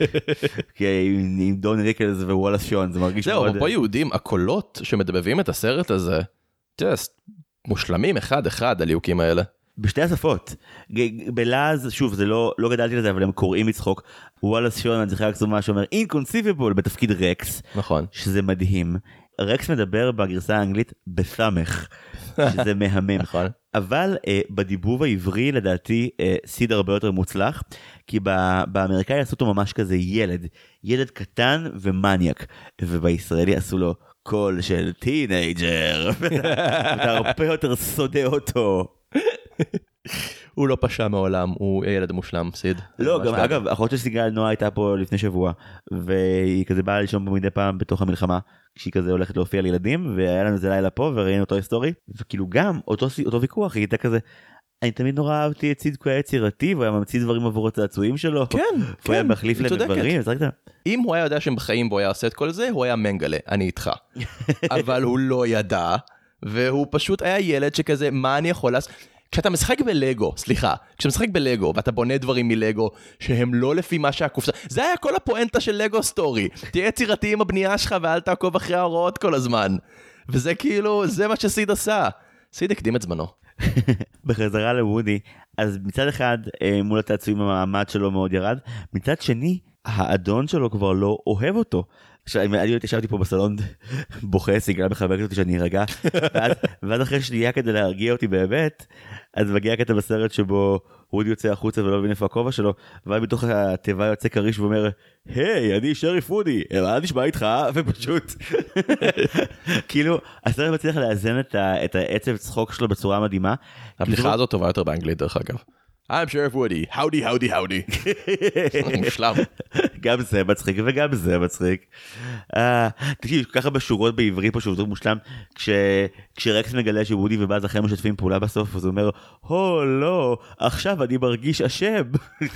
[SPEAKER 1] עם דון ריקלס ווואלאס שון, זה מרגיש מאוד...
[SPEAKER 2] זהו, אבל פה יהודים, הקולות שמדבבים את הסרט הזה, מושלמים אחד הליהוקים האלה.
[SPEAKER 1] בשתי השפות. בלאז, שוב, זה לא גדלתי לזה, אבל הם קוראים מצחוק. וואלאס שון, אני זוכר רק מה שאומר, inconceivable בתפקיד רקס.
[SPEAKER 2] נכון.
[SPEAKER 1] שזה מדהים. רקס מדבר בגרסה האנגלית בסמך, שזה מהמם.
[SPEAKER 2] נכון.
[SPEAKER 1] אבל בדיבוב העברי, לדעתי, סיד הרבה יותר מוצלח, כי באמריקאי עשו אותו ממש כזה ילד קטן ומניאק, ובישראלי עשו לו קול של טינאג'ר, ואתה הרבה יותר סודה אותו.
[SPEAKER 2] הוא לא פשע מעולם, הוא ילד מושלם, סיד.
[SPEAKER 1] לא, גם אגב, אחות של סיגל נועה הייתה פה לפני שבוע, והיא כזה באה לישון פה מדי פעם בתוך המלחמה, כשהיא כזה הולכת להופיע לילדים, והיה לנו איזה לילה פה, וראינו אותו היסטורי, וכאילו גם אותו ויכוח, היא הייתה כזה, אני תמיד נורא אהבתי את סיד, כי הוא היה יצירתי, והוא היה ממציא דברים עבור הצעצועים שלו.
[SPEAKER 2] כן,
[SPEAKER 1] הוא היה מחליף להם דברים.
[SPEAKER 2] אם הוא היה יודע שהם בחיים בו היה עושה את כל זה, הוא היה מנגלה, אני איתך. אבל הוא לא ידע, והוא פשוט היה ילד שכזה, מה אני יכול לעשות? כשאתה משחק בלגו, כשאתה משחק בלגו, ואתה בונה דברים מלגו, שהם לא לפי מה שהקופסה, זה היה כל הפואנטה של לגו סטורי. תהיה יצירתי עם הבנייה שלך, ואל תעקוב אחרי ההוראות כל הזמן. וזה כאילו, זה מה שסיד עשה. סיד הקדים את זמנו.
[SPEAKER 1] בחזרה לוודי, אז מצד אחד מול התעצועים המעמד שלו מאוד ירד, מצד שני האדון שלו כבר לא אוהב אותו. אני ישבתי פה בסלון בוכה, סיגלה מחבקת אותי שאני ארגע, ואז אחרי שנייה כדי להרגיע אותי באמת, אז מגיע קטע בסרט שבו וודי יוצא החוצה ולא מבין איפה הכובע שלו, ואז בתוך התיבה יוצא קריש ואומר, היי, אני שריף וודי, מה נשמע איתך? ופשוט כאילו הסרט מצליח לאזן את העצב צחוק שלו בצורה מדהימה.
[SPEAKER 2] הבדיחה הזאת טובה יותר באנגלית דרך אגב. I'm Sheriff Woody, howdy howdy howdy. מושלם.
[SPEAKER 1] גם זה מצחיק וגם זה מצחיק. תקשיב, ככה בשורות בעברי פה שעובדו מושלם, כשרקס מגלה שוודי ובאז אחרי משתפים פעולה בסוף, אז הוא אומר, לא, עכשיו אני מרגיש אשם.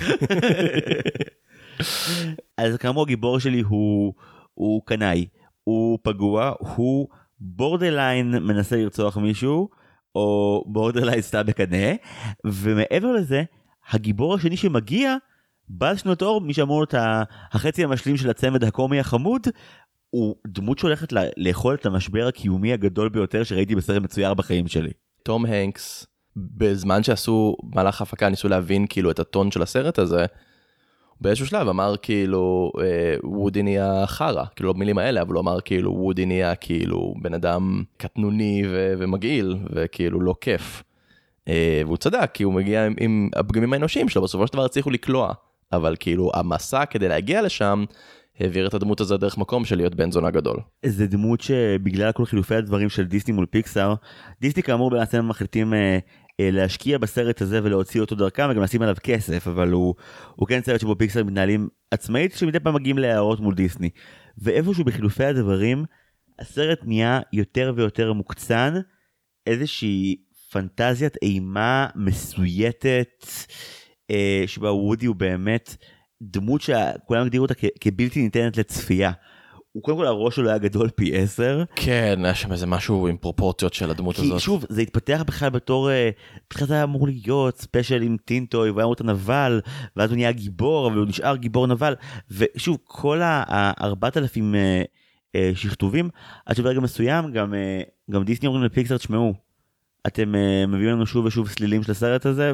[SPEAKER 1] אז כאמור הגיבור שלי הוא קנאי, הוא פגוע, הוא בורדרליין מנסה לרצוח מישהו, או בורדרליין סתם בקנה, ומעבר לזה, הגיבור השני שמגיע, באז שנות אור, מי שאמור את החצי המשלים של הצמד הקומי החמוד, הוא דמות שהולכת לאכול את המשבר הקיומי הגדול ביותר שראיתי בסרט מצויר בחיים שלי.
[SPEAKER 2] תום הנקס, בזמן שעשו מהלך הפקה, ניסו להבין כאילו את הטון של הסרט הזה, באיזשהו שלב אמר כאילו וודי נהיה חרה, כאילו לא במילים האלה, אבל הוא אמר כאילו וודי נהיה כאילו בן אדם קטנוני ומגעיל, וכאילו לא כיף. והוא צדק, כי הוא מגיע עם הפגמים האנושיים שלו, בסופו של דבר הצליחו לקלוע, אבל כאילו המסע כדי להגיע לשם, העביר את הדמות הזה דרך מקום של להיות בן זונה גדול.
[SPEAKER 1] זה דמות שבגלל כל חילופי הדברים של דיסני מול פיקסאר, דיסני כאמור בעצם מחליטים להשקיע בסרט הזה ולהוציא אותו דרכם וגם לשים עליו כסף, אבל הוא כן סרט שבו פיקסאר מתנהלים עצמאית שמדי פעם מגיעים להערות מול דיסני. ואיפשהו בחילופי הדברים, הסרט נהיה יותר ויותר מוקצן, איזושהי פנטזיית אימה מסויטת, שבה וודי הוא באמת דמות שכולם הגדירו אותה כבלתי ניתנת לצפייה. הוא קודם כל הראש שלו היה גדול פי 10.
[SPEAKER 2] כן, היה שם איזה משהו עם פרופורציות של הדמות הזאת.
[SPEAKER 1] כי שוב, זה התפתח בכלל בתור, בכלל זה היה אמור להיות ספיישל עם טינטוי, והוא היה אמור את הנבל, ואז הוא נהיה גיבור, אבל הוא נשאר גיבור נבל, ושוב, כל ה-4,000 שכתובים, עד שברגע מסוים, גם דיסני אומרים לפיקסאר, תשמעו, אתם מביאים לנו שוב ושוב סלילים של הסרט הזה,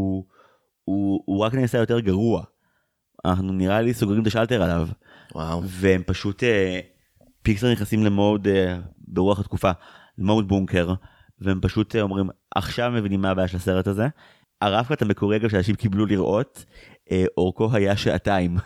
[SPEAKER 1] והוא רק נעשה יותר גרוע. אנחנו נראה לי סוגרים את השלטר עליו.
[SPEAKER 2] וואו.
[SPEAKER 1] והם פשוט, פיקסאר נכנסים למוד, ברוח התקופה, למוד בונקר, והם פשוט אומרים, עכשיו מבינים מה הבעיה של הסרט הזה. הרב-קאט המקורי אגב שאנשים קיבלו לראות, אורכו היה 2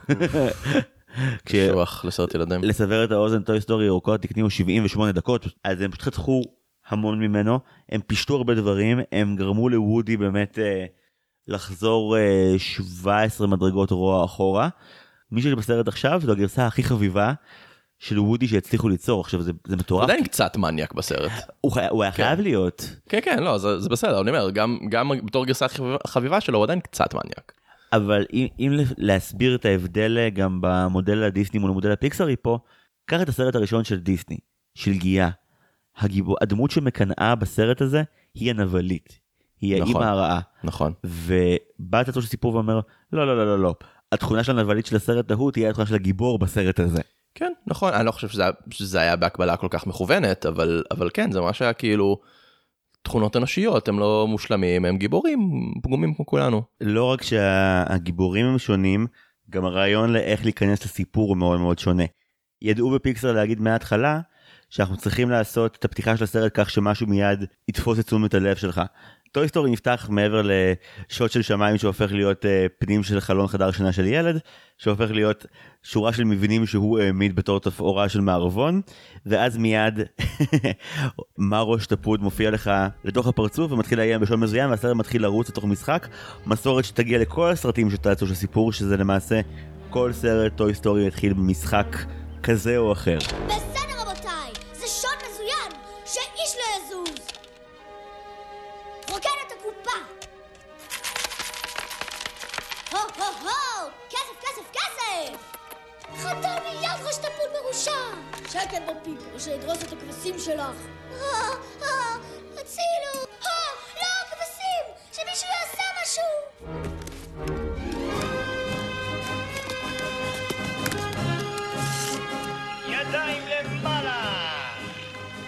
[SPEAKER 2] קשוח לסרט ילדים.
[SPEAKER 1] לסבר את האוזן, טוי סטורי אורכו תקנינו 78 דקות, אז הם פשוט חתכו המון ממנו, הם פישטו הרבה דברים, הם גרמו לוודי באמת לחזור 17 מדרגות רוע אחורה. מי שבסרט עכשיו זו הגרסה הכי חביבה של וודי שהצליחו ליצור. עכשיו זה מטורף.
[SPEAKER 2] עדיין קצת מניאק בסרט.
[SPEAKER 1] הוא היה חייב להיות.
[SPEAKER 2] כן, כן, לא, זה בסדר, אני אומר, גם בתור גרסה חביבה שלו הוא עדיין קצת מניאק.
[SPEAKER 1] אבל אם להסביר את ההבדל גם במודל הדיסני מול המודל הפיקסארי פה, קח את הסרט הראשון של דיסני, של גיאה. הדמות שמקנאה בסרט הזה היא הנבלית. היא האמא הרעה.
[SPEAKER 2] נכון.
[SPEAKER 1] ובא את הצור של סיפור ואומר, לא, לא, לא, לא, לא. התכונה של הנבלית של הסרט ההוא תהיה התכונה של הגיבור בסרט הזה.
[SPEAKER 2] כן, נכון. אני לא חושב שזה היה בהקבלה כל כך מכוונת, אבל כן, זה ממש היה כאילו תכונות אנושיות, הם לא מושלמים, הם גיבורים, פגומים כמו כולנו.
[SPEAKER 1] לא רק שהגיבורים הם שונים, גם הרעיון לאיך להיכנס לסיפור הוא מאוד מאוד שונה. ידעו בפיקסאר להגיד מההתחלה, שאנחנו צריכים לעשות את הפתיחה של הסרט כך שמשהו מיד יתפוס את תשומת הלב שלך. טוי סטורי נפתח מעבר לשוט של שמיים שהופך להיות פנים של חלון חדר שינה של ילד, שהופך להיות שורה של מבנים שהוא העמיד בתור תפאורה של מערבון, ואז מיד מרוש טפוד מופיע לך לתוך הפרצוף ומתחיל לאיים בשעון מזוין, והסרט מתחיל לרוץ לתוך משחק, מסורת שתגיע לכל הסרטים שתעצו של סיפור, שזה למעשה כל סרט טוי סטורי יתחיל במשחק כזה או אחר.
[SPEAKER 5] בסדר רבותיי, זה שעון מזוין שאיש לא יזוז. רוקן את הקופה. הו הו הו, כסף כסף כסף. חדר מיד ראש טפול מרושע. שקט בפיפ, או שידרוס את הכבשים שלך. הצילו. לא, הכבשים, שמישהו יעשה משהו.
[SPEAKER 6] ידיים למעלה!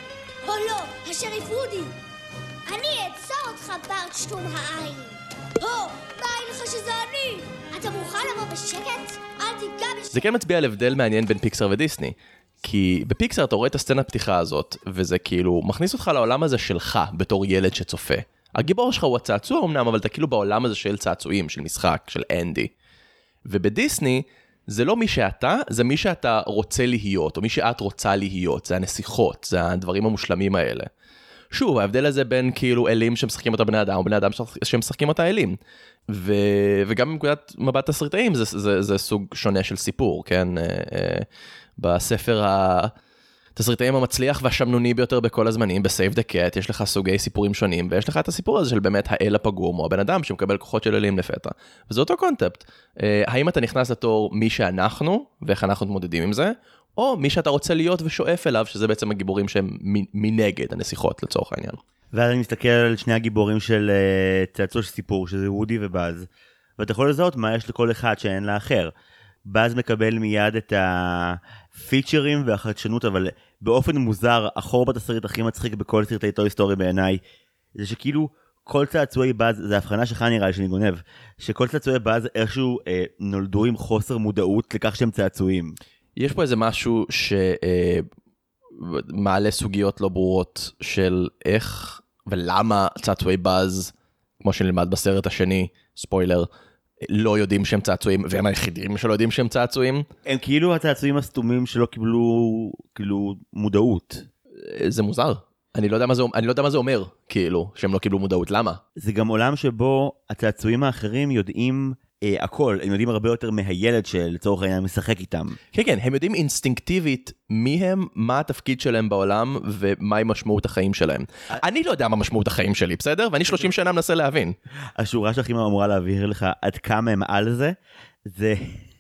[SPEAKER 5] לא, השריף וודי. אני אעצור אותך ברטשטום העין. בעין לך שזה אני! אתה מוכן לבוא בשקט? אל תיגע בשקט!
[SPEAKER 2] זה כן מצביע על הבדל מעניין בין פיקסאר ודיסני. כי בפיקסאר אתה רואה את הסצנה הפתיחה הזאת, וזה כאילו מכניס אותך לעולם הזה שלך, בתור ילד שצופה. הגיבור שלך הוא הצעצוע אמנם, אבל אתה כאילו בעולם הזה של צעצועים, של משחק, של אנדי. ובדיסני, זה לא מי שאתה, זה מי שאתה רוצה להיות, או מי שאת רוצה להיות, זה הנסיכות, זה הדברים המושלמים האלה. שוב, ההבדל הזה בין כאילו אלים שמשחקים אותה בני אדם, או בני אדם שמשחקים אותה אלים. וגם מנקודת מבט תסריטאים, זה סוג שונה של סיפור, כן? בספר התסריטאים המצליח והשמנוני ביותר בכל הזמנים, ב-Save the Cat, יש לך סוגי סיפורים שונים, ויש לך את הסיפור הזה של באמת האל הפגום, או הבן אדם שמקבל כוחות של אלים לפתע. וזה אותו קונספט. האם אתה נכנס לתור מי שאנחנו, ואיך אנחנו מתמודדים עם זה, או מי שאתה רוצה להיות ושואף אליו, שזה בעצם הגיבורים שהם מנגד, הנסיכות לצורך העניין.
[SPEAKER 1] ואז אני מסתכל על שני הגיבורים של צעצוע של סיפור, שזה וודי ובאז, ואתה יכול לזהות מה יש לכל אחד שאין לאחר. באז מקבל מיד את הפיצ'רים והחדשנות, אבל באופן מוזר, החור בתסריט הכי מצחיק בכל סרטי טוי סטורי בעיניי, זה שכאילו כל צעצועי באז, זה הבחנה שלך נראה לי שאני גונב, שכל צעצועי באז איכשהו נולדו עם חוסר מודעות לכך שהם צעצועים.
[SPEAKER 2] יש פה איזה משהו שמעלה סוגיות לא ברורות של איך ולמה צעצועי באז, כמו שנלמד בסרט השני, ספוילר, לא יודעים שהם צעצועים, והם היחידים שלא יודעים שהם צעצועים.
[SPEAKER 1] הם כאילו הצעצועים הסתומים שלא קיבלו כאילו מודעות.
[SPEAKER 2] זה מוזר. אני לא יודע מה זה אומר, כאילו, שהם לא קיבלו מודעות. למה?
[SPEAKER 1] זה גם עולם שבו הצעצועים האחרים יודעים הכל, הם יודעים הרבה יותר מהילד שלצורך העניין משחק איתם.
[SPEAKER 2] כן, כן, הם יודעים אינסטינקטיבית מי הם, מה התפקיד שלהם בעולם, ומהי משמעות החיים שלהם. אני לא יודע מה משמעות החיים שלי, בסדר? ואני 30 שנה מנסה להבין.
[SPEAKER 1] השורה שהכי אמורה להבהיר לך עד כמה הם על זה, זה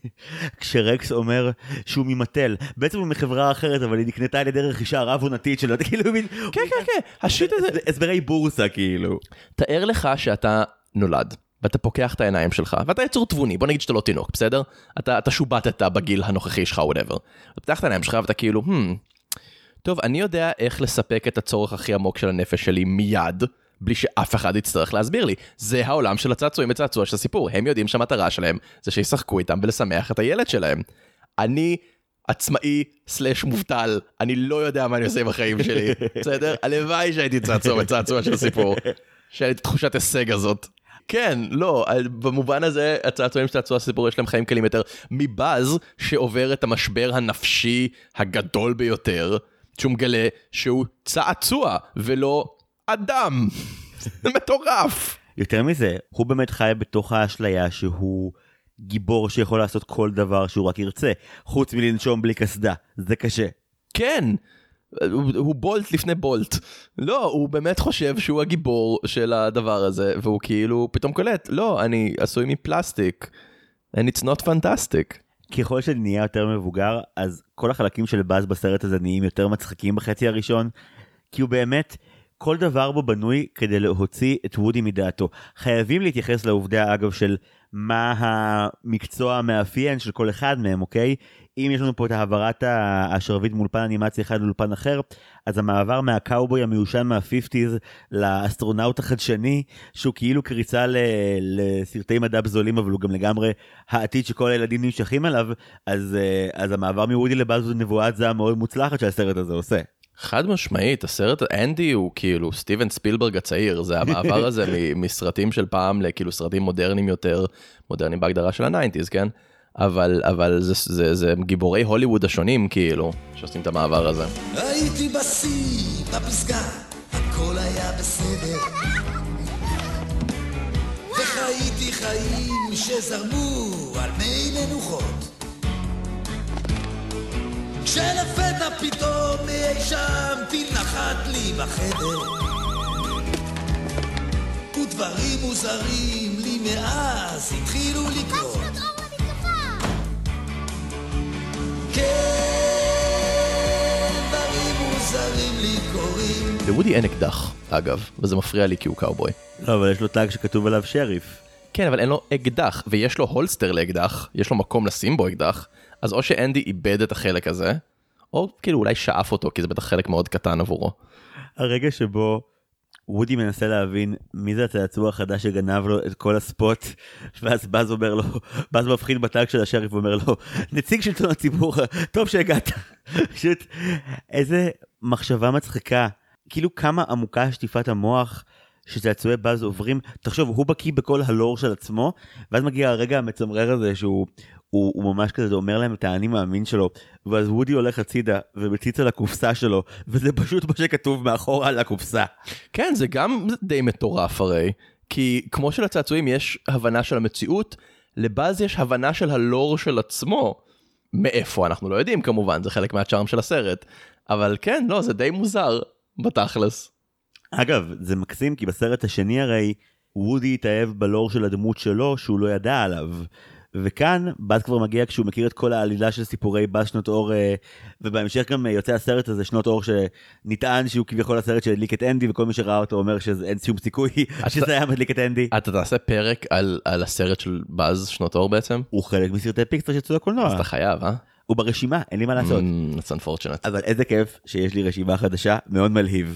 [SPEAKER 1] כשרקס אומר שהוא ממטל, בעצם הוא מחברה אחרת, אבל היא נקנתה על ידי רכישה רב עונתית שלו, אתה כאילו מבין?
[SPEAKER 2] כן, כן, כן, השיט הזה...
[SPEAKER 1] הסברי בורסה כאילו. תאר
[SPEAKER 2] לך שאתה נולד. ואתה פוקח את העיניים שלך, ואתה יצור תבוני, בוא נגיד שאתה לא תינוק, בסדר? אתה שובטת בגיל הנוכחי שלך, whatever. אתה פתח את העיניים שלך ואתה כאילו, טוב, אני יודע איך לספק את הצורך הכי עמוק של הנפש שלי מיד, בלי שאף אחד יצטרך להסביר לי. זה העולם של הצעצועים וצעצוע של הסיפור. הם יודעים שהמטרה שלהם זה שישחקו איתם ולשמח את הילד שלהם. אני עצמאי / מובטל, אני לא יודע מה אני עושה בחיים שלי, בסדר? הלוואי שהייתי צעצוע וצעצוע של הסיפור, שהייתי תחושת הישג הזאת. כן, לא, במובן הזה הצעצועים של צעצוע הסיפור יש להם חיים קלים יותר מבאז שעובר את המשבר הנפשי הגדול ביותר, שהוא מגלה שהוא צעצוע ולא אדם. זה מטורף.
[SPEAKER 1] יותר מזה, הוא באמת חי בתוך האשליה שהוא גיבור שיכול לעשות כל דבר שהוא רק ירצה, חוץ מלנשום בלי קסדה, זה קשה.
[SPEAKER 2] כן. הוא בולט לפני בולט. לא, הוא באמת חושב שהוא הגיבור של הדבר הזה, והוא כאילו פתאום קולט, לא, אני עשוי מפלסטיק, and it's not fantastic.
[SPEAKER 1] ככל שאני נהיה יותר מבוגר, אז כל החלקים של באז בסרט הזה נהיים יותר מצחיקים בחצי הראשון, כי הוא באמת, כל דבר בו בנוי כדי להוציא את וודי מדעתו. חייבים להתייחס לעובדה, אגב, של מה המקצוע המאפיין של כל אחד מהם, אוקיי? אם יש לנו פה את העברת השרביט מאולפן אנימציה אחד לאולפן אחר, אז המעבר מהקאובוי המיושן מה-50s לאסטרונאוט החדשני, שהוא כאילו קריצה לסרטי מדע בזולים, אבל הוא גם לגמרי העתיד שכל הילדים נמשכים עליו, אז המעבר מוודי לבאז זו נבואת זעם מאוד מוצלחת שהסרט הזה עושה.
[SPEAKER 2] חד משמעית, הסרט אנדי הוא כאילו סטיבן ספילברג הצעיר, זה המעבר הזה מסרטים של פעם לכאילו סרטים מודרניים יותר, מודרניים בהגדרה של ה-90s, כן? אבל זה גיבורי הוליווד השונים כאילו, שעושים את המעבר הזה.
[SPEAKER 3] הייתי בשיא, בפסגה, הכל היה בסדר. וחייתי חיים שזרמו על מי מנוחות. כשלפתע פתאום אי שם טיל נחת לי בחדר, ודברים מוזרים לי מאז התחילו לקרות. כן, דברים מוזרים לי קוראים.
[SPEAKER 2] לוודי אין אקדח, אגב, וזה מפריע לי כי הוא קאובוי.
[SPEAKER 1] לא, אבל יש לו טאג שכתוב עליו שריף.
[SPEAKER 2] כן, אבל אין לו אקדח, ויש לו הולסטר לאקדח, יש לו מקום לשים בו אקדח, אז או שאנדי איבד את החלק הזה, או כאילו אולי שאף אותו, כי זה בטח חלק מאוד קטן עבורו.
[SPEAKER 1] הרגע שבו וודי מנסה להבין מי זה הצעצוע החדש שגנב לו את כל הספוט, ואז באז אומר לו, באז מבחין בטאג של השריף ואומר לו, נציג שלטון הציבור, טוב שהגעת. פשוט, איזה מחשבה מצחיקה, כאילו כמה עמוקה שטיפת המוח שצעצועי באז עוברים. תחשוב, הוא בקיא בכל הלור של עצמו, ואז מגיע הרגע המצמרר הזה שהוא ממש כזה אומר להם את האני מאמין שלו, ואז וודי הולך הצידה ומציץ על הקופסה שלו, וזה פשוט מה שכתוב מאחורה על הקופסה.
[SPEAKER 2] כן, זה גם די מטורף הרי, כי כמו שלצעצועים יש הבנה של המציאות, לבאז יש הבנה של הלור של עצמו. מאיפה אנחנו לא יודעים כמובן, זה חלק מהצ'ארם של הסרט, אבל כן, לא, זה די מוזר בתכלס.
[SPEAKER 1] אגב, זה מקסים, כי בסרט השני הרי וודי התאהב בלור של הדמות שלו שהוא לא ידע עליו. וכאן, באז כבר מגיע כשהוא מכיר את כל העלילה של סיפורי באז שנות אור, ובהמשך גם יוצא הסרט הזה, שנות אור, שנטען שהוא כביכול הסרט שהדליק את אנדי, וכל מי שראה אותו אומר שאין שום סיכוי שזה היה מדליק את אנדי.
[SPEAKER 2] אתה תעשה פרק על הסרט של באז שנות אור בעצם?
[SPEAKER 1] הוא חלק מסרטי פיקסאר שיצאו לקולנוע.
[SPEAKER 2] אז אתה חייב, אה?
[SPEAKER 1] הוא ברשימה, אין לי מה לעשות.
[SPEAKER 2] That's unfortunate.
[SPEAKER 1] אבל איזה כיף שיש לי רשימה חדשה, מאוד מלהיב.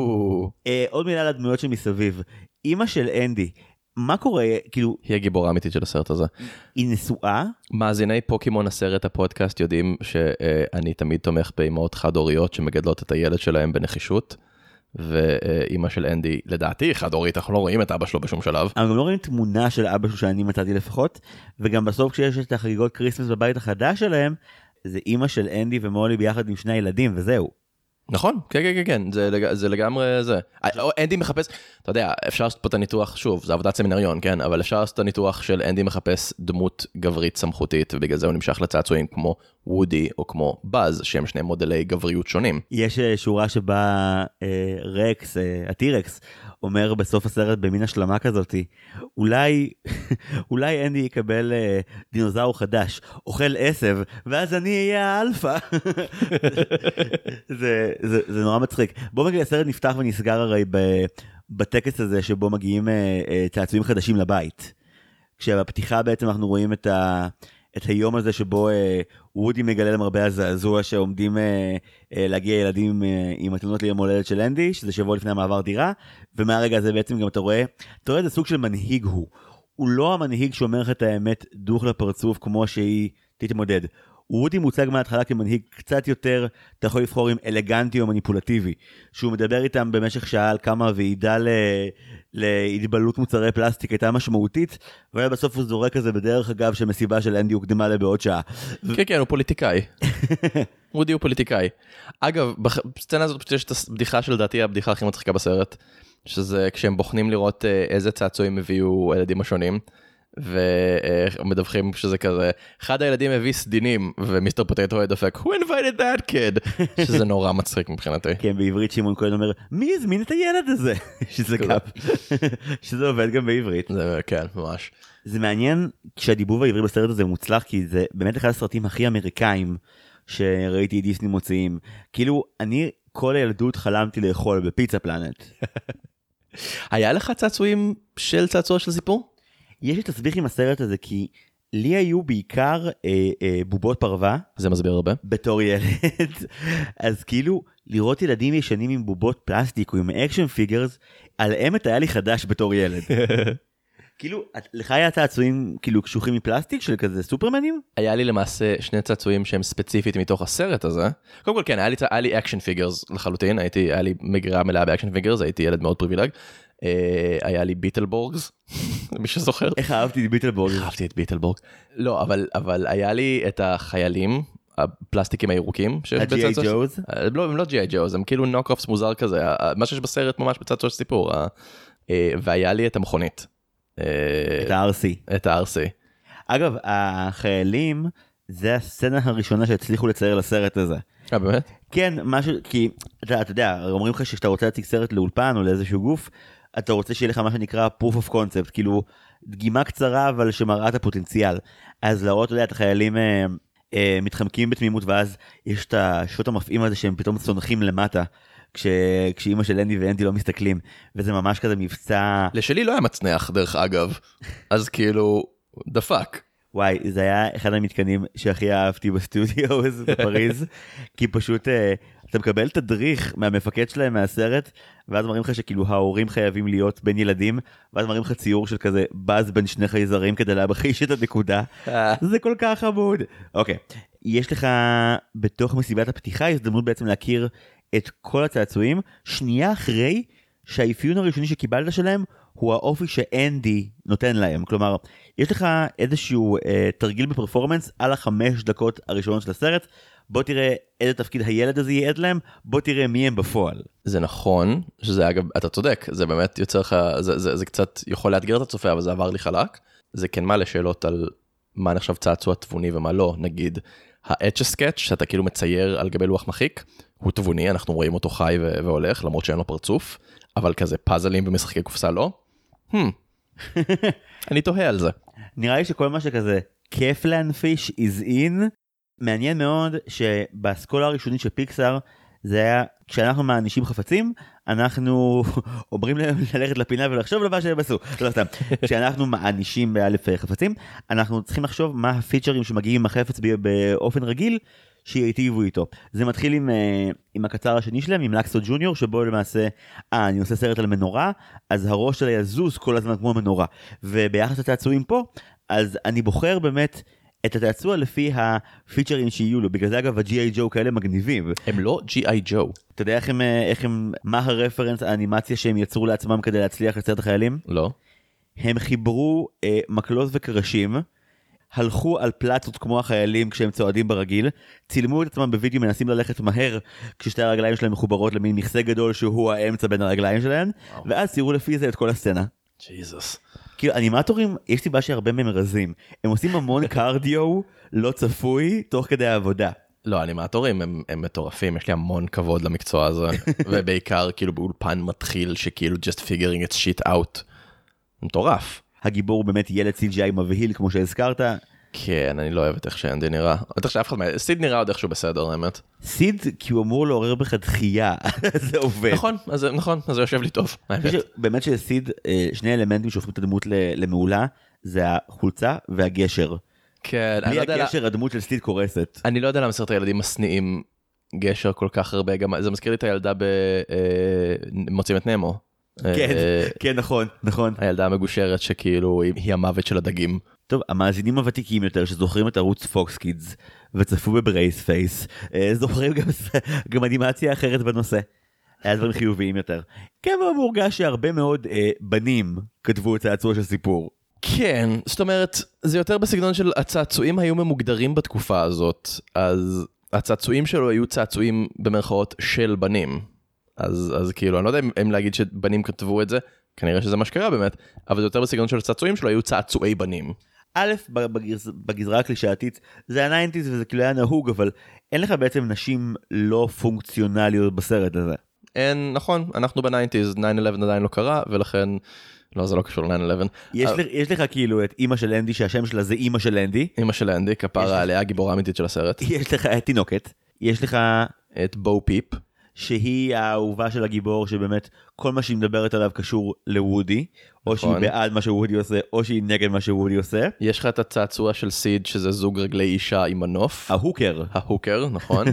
[SPEAKER 1] עוד מילה לדמויות שמסביב. אמא של אנדי, מה קורה, כאילו...
[SPEAKER 2] היא הגיבורה האמיתית של הסרט הזה.
[SPEAKER 1] היא נשואה?
[SPEAKER 2] מאזיני פוקימון הסרט הפודקאסט יודעים שאני תמיד תומך באמהות חד-הוריות שמגדלות את הילד שלהם בנחישות, ואמא של אנדי, לדעתי, חד-הורית, אנחנו לא רואים את אבא שלו בשום שלב.
[SPEAKER 1] אנחנו גם לא רואים תמונה של אבא שלו שאני מצאתי לפחות, וגם בסוף כשיש את החגיגות קריסמס בבית החדש שלהם, זה אמא של אנדי ומולי ביחד עם שני הילדים, וזהו.
[SPEAKER 2] נכון, כן, כן, כן, זה לגמרי זה. אנדי מחפש, אתה יודע, אפשר לעשות פה את הניתוח, שוב, זה עבודת סמינריון, כן, אבל אפשר לעשות את הניתוח של אנדי מחפש דמות גברית סמכותית, ובגלל זה הוא נמשך לצעצועים כמו וודי או כמו באז, שהם שני מודלי גבריות שונים.
[SPEAKER 1] יש שורה שבה רקס, הטירקס, אומר בסוף הסרט במין השלמה כזאת, אולי אנדי יקבל דינוזאור חדש, אוכל עשב, ואז אני אהיה האלפא. זה נורא מצחיק. בוא נגיד, הסרט נפתח ונסגר הרי בטקס הזה שבו מגיעים צעצועים חדשים לבית. כשבפתיחה בעצם אנחנו רואים את היום הזה שבו וודי מגלה למרבה הזעזוע שעומדים להגיע ילדים עם התלונות ליום הולדת של אנדי, שזה שבוע לפני המעבר דירה, ומהרגע הזה בעצם גם אתה רואה איזה סוג של מנהיג הוא לא המנהיג שאומר לך את האמת דוך לפרצוף כמו שהיא תתמודד. וודי מוצג מההתחלה כמנהיג קצת יותר, אתה יכול לבחור עם אלגנטי או מניפולטיבי, שהוא מדבר איתם במשך שעה על כמה ועידה להתבלות מוצרי פלסטיק הייתה משמעותית, ובסוף הוא זורק כזה בדרך אגב שמסיבה של אנדי הוקדמה לבעוד שעה.
[SPEAKER 2] כן, כן, הוא פוליטיקאי. וודי הוא פוליטיקאי. אגב, בסצנה הזאת יש את הבדיחה שלדעתי הבדיחה הכי מצחיקה בסרט, שזה כשהם בוחנים לראות איזה צעצועים הביאו הילדים השונים, ומדווחים שזה כזה, אחד הילדים הביא סדינים, ומיסטר פוטטו דופק, who invited that kid? שזה נורא מצחיק מבחינתי.
[SPEAKER 1] כן, בעברית שמעון כהן אומר, מי הזמין את הילד הזה? שזה קאפ. שזה עובד גם בעברית.
[SPEAKER 2] כן, ממש.
[SPEAKER 1] זה מעניין כשהדיבוב העברי בסרט הזה מוצלח, כי זה באמת אחד הסרטים הכי אמריקאים שראיתי דיסני מוציאים. כאילו, אני כל הילדות חלמתי לאכול בפיצה פלנט.
[SPEAKER 2] היה לך צעצועים של צעצוע של סיפור?
[SPEAKER 1] יש לי תסביך עם הסרט הזה, כי לי היו בעיקר בובות פרווה.
[SPEAKER 2] זה מסביר הרבה.
[SPEAKER 1] בתור ילד. אז כאילו, לראות ילדים ישנים עם בובות פלסטיק או עם אקשן פיגרס, על אמת היה לי חדש בתור ילד. כאילו, לך היה צעצועים כאילו קשוחים מפלסטיק של כזה סופרמנים?
[SPEAKER 2] היה לי למעשה שני צעצועים שהם ספציפית מתוך הסרט הזה. קודם כל כן, היה לי אקשן פיגרס לחלוטין, היה לי מגרה מלאה באקשן פיגרס, הייתי ילד מאוד פריבילג. היה לי ביטלבורגס, מי שזוכר.
[SPEAKER 1] איך אהבתי את ביטלבורגס?
[SPEAKER 2] אהבתי את ביטלבורג. לא, אבל היה לי את החיילים, הפלסטיקים הירוקים.
[SPEAKER 1] הג'י.איי ג'וז?
[SPEAKER 2] לא, הם לא ג'י.איי ג'וז, הם כאילו נוקרופס מוזר כזה, מה שיש בסרט ממש בצעצוע של סיפור. והיה לי את המכונית.
[SPEAKER 1] את ה-RC.
[SPEAKER 2] את ה-RC.
[SPEAKER 1] אגב, החיילים, זה הסצנה הראשונה שהצליחו לצייר לסרט הזה.
[SPEAKER 2] באמת?
[SPEAKER 1] כן, משהו, כי אתה יודע, אומרים לך שאתה רוצה להציג סרט לאולפן או לאיזשהו גוף, אתה רוצה שיהיה לך מה שנקרא proof of concept, כאילו דגימה קצרה אבל שמראה את הפוטנציאל. אז להראות, אתה יודע, את החיילים מתחמקים בתמימות, ואז יש את השוט המפעים הזה שהם פתאום צונחים למטה, כשאימא של אנדי ואנדי לא מסתכלים, וזה ממש כזה מבצע...
[SPEAKER 2] לשלי לא היה מצנח דרך אגב, אז כאילו, דפק.
[SPEAKER 1] וואי, זה היה אחד המתקנים שהכי אהבתי בסטודיו בפריז, כי פשוט אתה מקבל תדריך מהמפקד שלהם מהסרט, ואז מראים לך שכאילו ההורים חייבים להיות בין ילדים, ואז מראים לך ציור של כזה באז בין שני חייזרים כדי להבחיש את הנקודה. זה כל כך חמוד. אוקיי, יש לך בתוך מסיבת הפתיחה הזדמנות בעצם להכיר את כל הצעצועים, שנייה אחרי שהאפיון הראשוני שקיבלת שלהם הוא האופי שאנדי נותן להם. כלומר, יש לך איזשהו תרגיל בפרפורמנס על 5 דקות הראשונות של הסרט, בוא תראה איזה תפקיד הילד הזה ייעד להם, בוא תראה מי הם בפועל.
[SPEAKER 2] זה נכון, שזה אגב, אתה צודק, זה באמת יוצר לך, זה קצת יכול לאתגר את הצופה, אבל זה עבר לי חלק. זה כן מעלה שאלות על מה נחשב צעצוע תבוני ומה לא. נגיד, האצ' סקאץ' שאתה כאילו מצייר על גבי לוח מחיק, הוא תבוני, אנחנו רואים אותו חי והולך, למרות שאין לו פרצוף, אבל כזה פאזלים ומשחקי קופסה לא. אני תוהה על זה.
[SPEAKER 1] נראה לי שכל מה שכזה כיף להנפיש is in. מעניין מאוד שבאסכולה הראשונית של פיקסאר, זה היה, כשאנחנו מענישים חפצים, אנחנו אומרים להם ללכת לפינה ולחשוב לבא שהם עשו. לא סתם. כשאנחנו מענישים באלף חפצים, אנחנו צריכים לחשוב מה הפיצ'רים שמגיעים עם החפץ באופן רגיל, שיטיבו איתו. זה מתחיל עם הקצר השני שלהם, עם לקסו ג'וניור, שבו למעשה, אני עושה סרט על מנורה, אז הראש שלה יזוז כל הזמן כמו מנורה. וביחס לתעצועים פה, אז אני בוחר באמת את התעצוע לפי הפיצ'רים שיהיו לו. בגלל זה אגב ה-G.I. ג'ו כאלה מגניבים.
[SPEAKER 2] הם לא G.I. ג'ו.
[SPEAKER 1] אתה יודע איך הם, מה הרפרנס, האנימציה שהם יצרו לעצמם כדי להצליח לסרט החיילים?
[SPEAKER 2] לא.
[SPEAKER 1] הם חיברו מקלות וקרשים, הלכו על פלטות כמו החיילים כשהם צועדים ברגיל, צילמו את עצמם בווידאו, מנסים ללכת מהר כששתי הרגליים שלהם מחוברות למין מכסה גדול שהוא האמצע בין הרגליים שלהם, ואז ציירו לפי זה את כל הסצנה.
[SPEAKER 2] ג'יזוס.
[SPEAKER 1] כאילו אנימטורים, יש סיבה שהרבה מהם רזים, הם עושים המון קרדיו לא צפוי תוך כדי העבודה.
[SPEAKER 2] לא, אנימטורים הם מטורפים, יש לי המון כבוד למקצוע הזה, ובעיקר כאילו באולפן מתחיל שכאילו just figuring its shit out. מטורף.
[SPEAKER 1] הגיבור הוא באמת ילד CGI מבהיל כמו שהזכרת.
[SPEAKER 2] כן, אני לא אוהב את איך שאנדי נראה. בטח שאף אחד סיד נראה עוד איכשהו בסדר, האמת.
[SPEAKER 1] סיד, כי הוא אמור לעורר בך דחייה, זה עובד.
[SPEAKER 2] נכון, אז זה יושב לי טוב.
[SPEAKER 1] באמת שסיד, שני אלמנטים שהופכים את הדמות למעולה, זה החולצה והגשר.
[SPEAKER 2] כן,
[SPEAKER 1] בלי הגשר הדמות של סיד קורסת.
[SPEAKER 2] אני לא יודע למה סרט הילדים מסניעים גשר כל כך הרבה, גם זה מזכיר לי את הילדה במוצאים את נמו.
[SPEAKER 1] כן, נכון.
[SPEAKER 2] הילדה המגושרת שכאילו היא המוות של הדגים.
[SPEAKER 1] טוב, המאזינים הוותיקים יותר שזוכרים את ערוץ פוקס קידס וצפו בברייס פייס, זוכרים גם אנימציה אחרת בנושא. היה דברים חיוביים יותר. כן, אבל מורגש שהרבה מאוד בנים כתבו את צעצוע של סיפור.
[SPEAKER 2] כן, זאת אומרת, זה יותר בסגנון של הצעצועים היו ממוגדרים בתקופה הזאת, אז הצעצועים שלו היו צעצועים במרכאות של בנים. אז כאילו, אני לא יודע אם להגיד שבנים כתבו את זה, כנראה שזה מה שקרה באמת, אבל זה יותר בסגנון של הצעצועים שלו, היו צעצועי בנים.
[SPEAKER 1] א', בגזרה הקלישאתית, זה ה-90s וזה כאילו היה נהוג, אבל אין לך בעצם נשים לא פונקציונליות בסרט הזה.
[SPEAKER 2] אין, נכון, אנחנו ב-90s, 9/11 עדיין לא קרה, ולכן, לא, זה לא קשור ל-9/11.
[SPEAKER 1] יש לך כאילו את אמא של אנדי, שהשם שלה זה אמא של אנדי.
[SPEAKER 2] אמא של אנדי, כפרה עליה, גיבורה אמיתית של הסרט.
[SPEAKER 1] יש לך את תינוקת, יש לך
[SPEAKER 2] את בו פיפ.
[SPEAKER 1] שהיא האהובה של הגיבור, שבאמת כל מה שהיא מדברת עליו קשור לוודי, או שהיא בעד מה שוודי עושה, או שהיא נגד מה שוודי עושה.
[SPEAKER 2] יש לך את הצעצוע של סיד, שזה זוג רגלי אישה עם מנוף. ההוקר, נכון.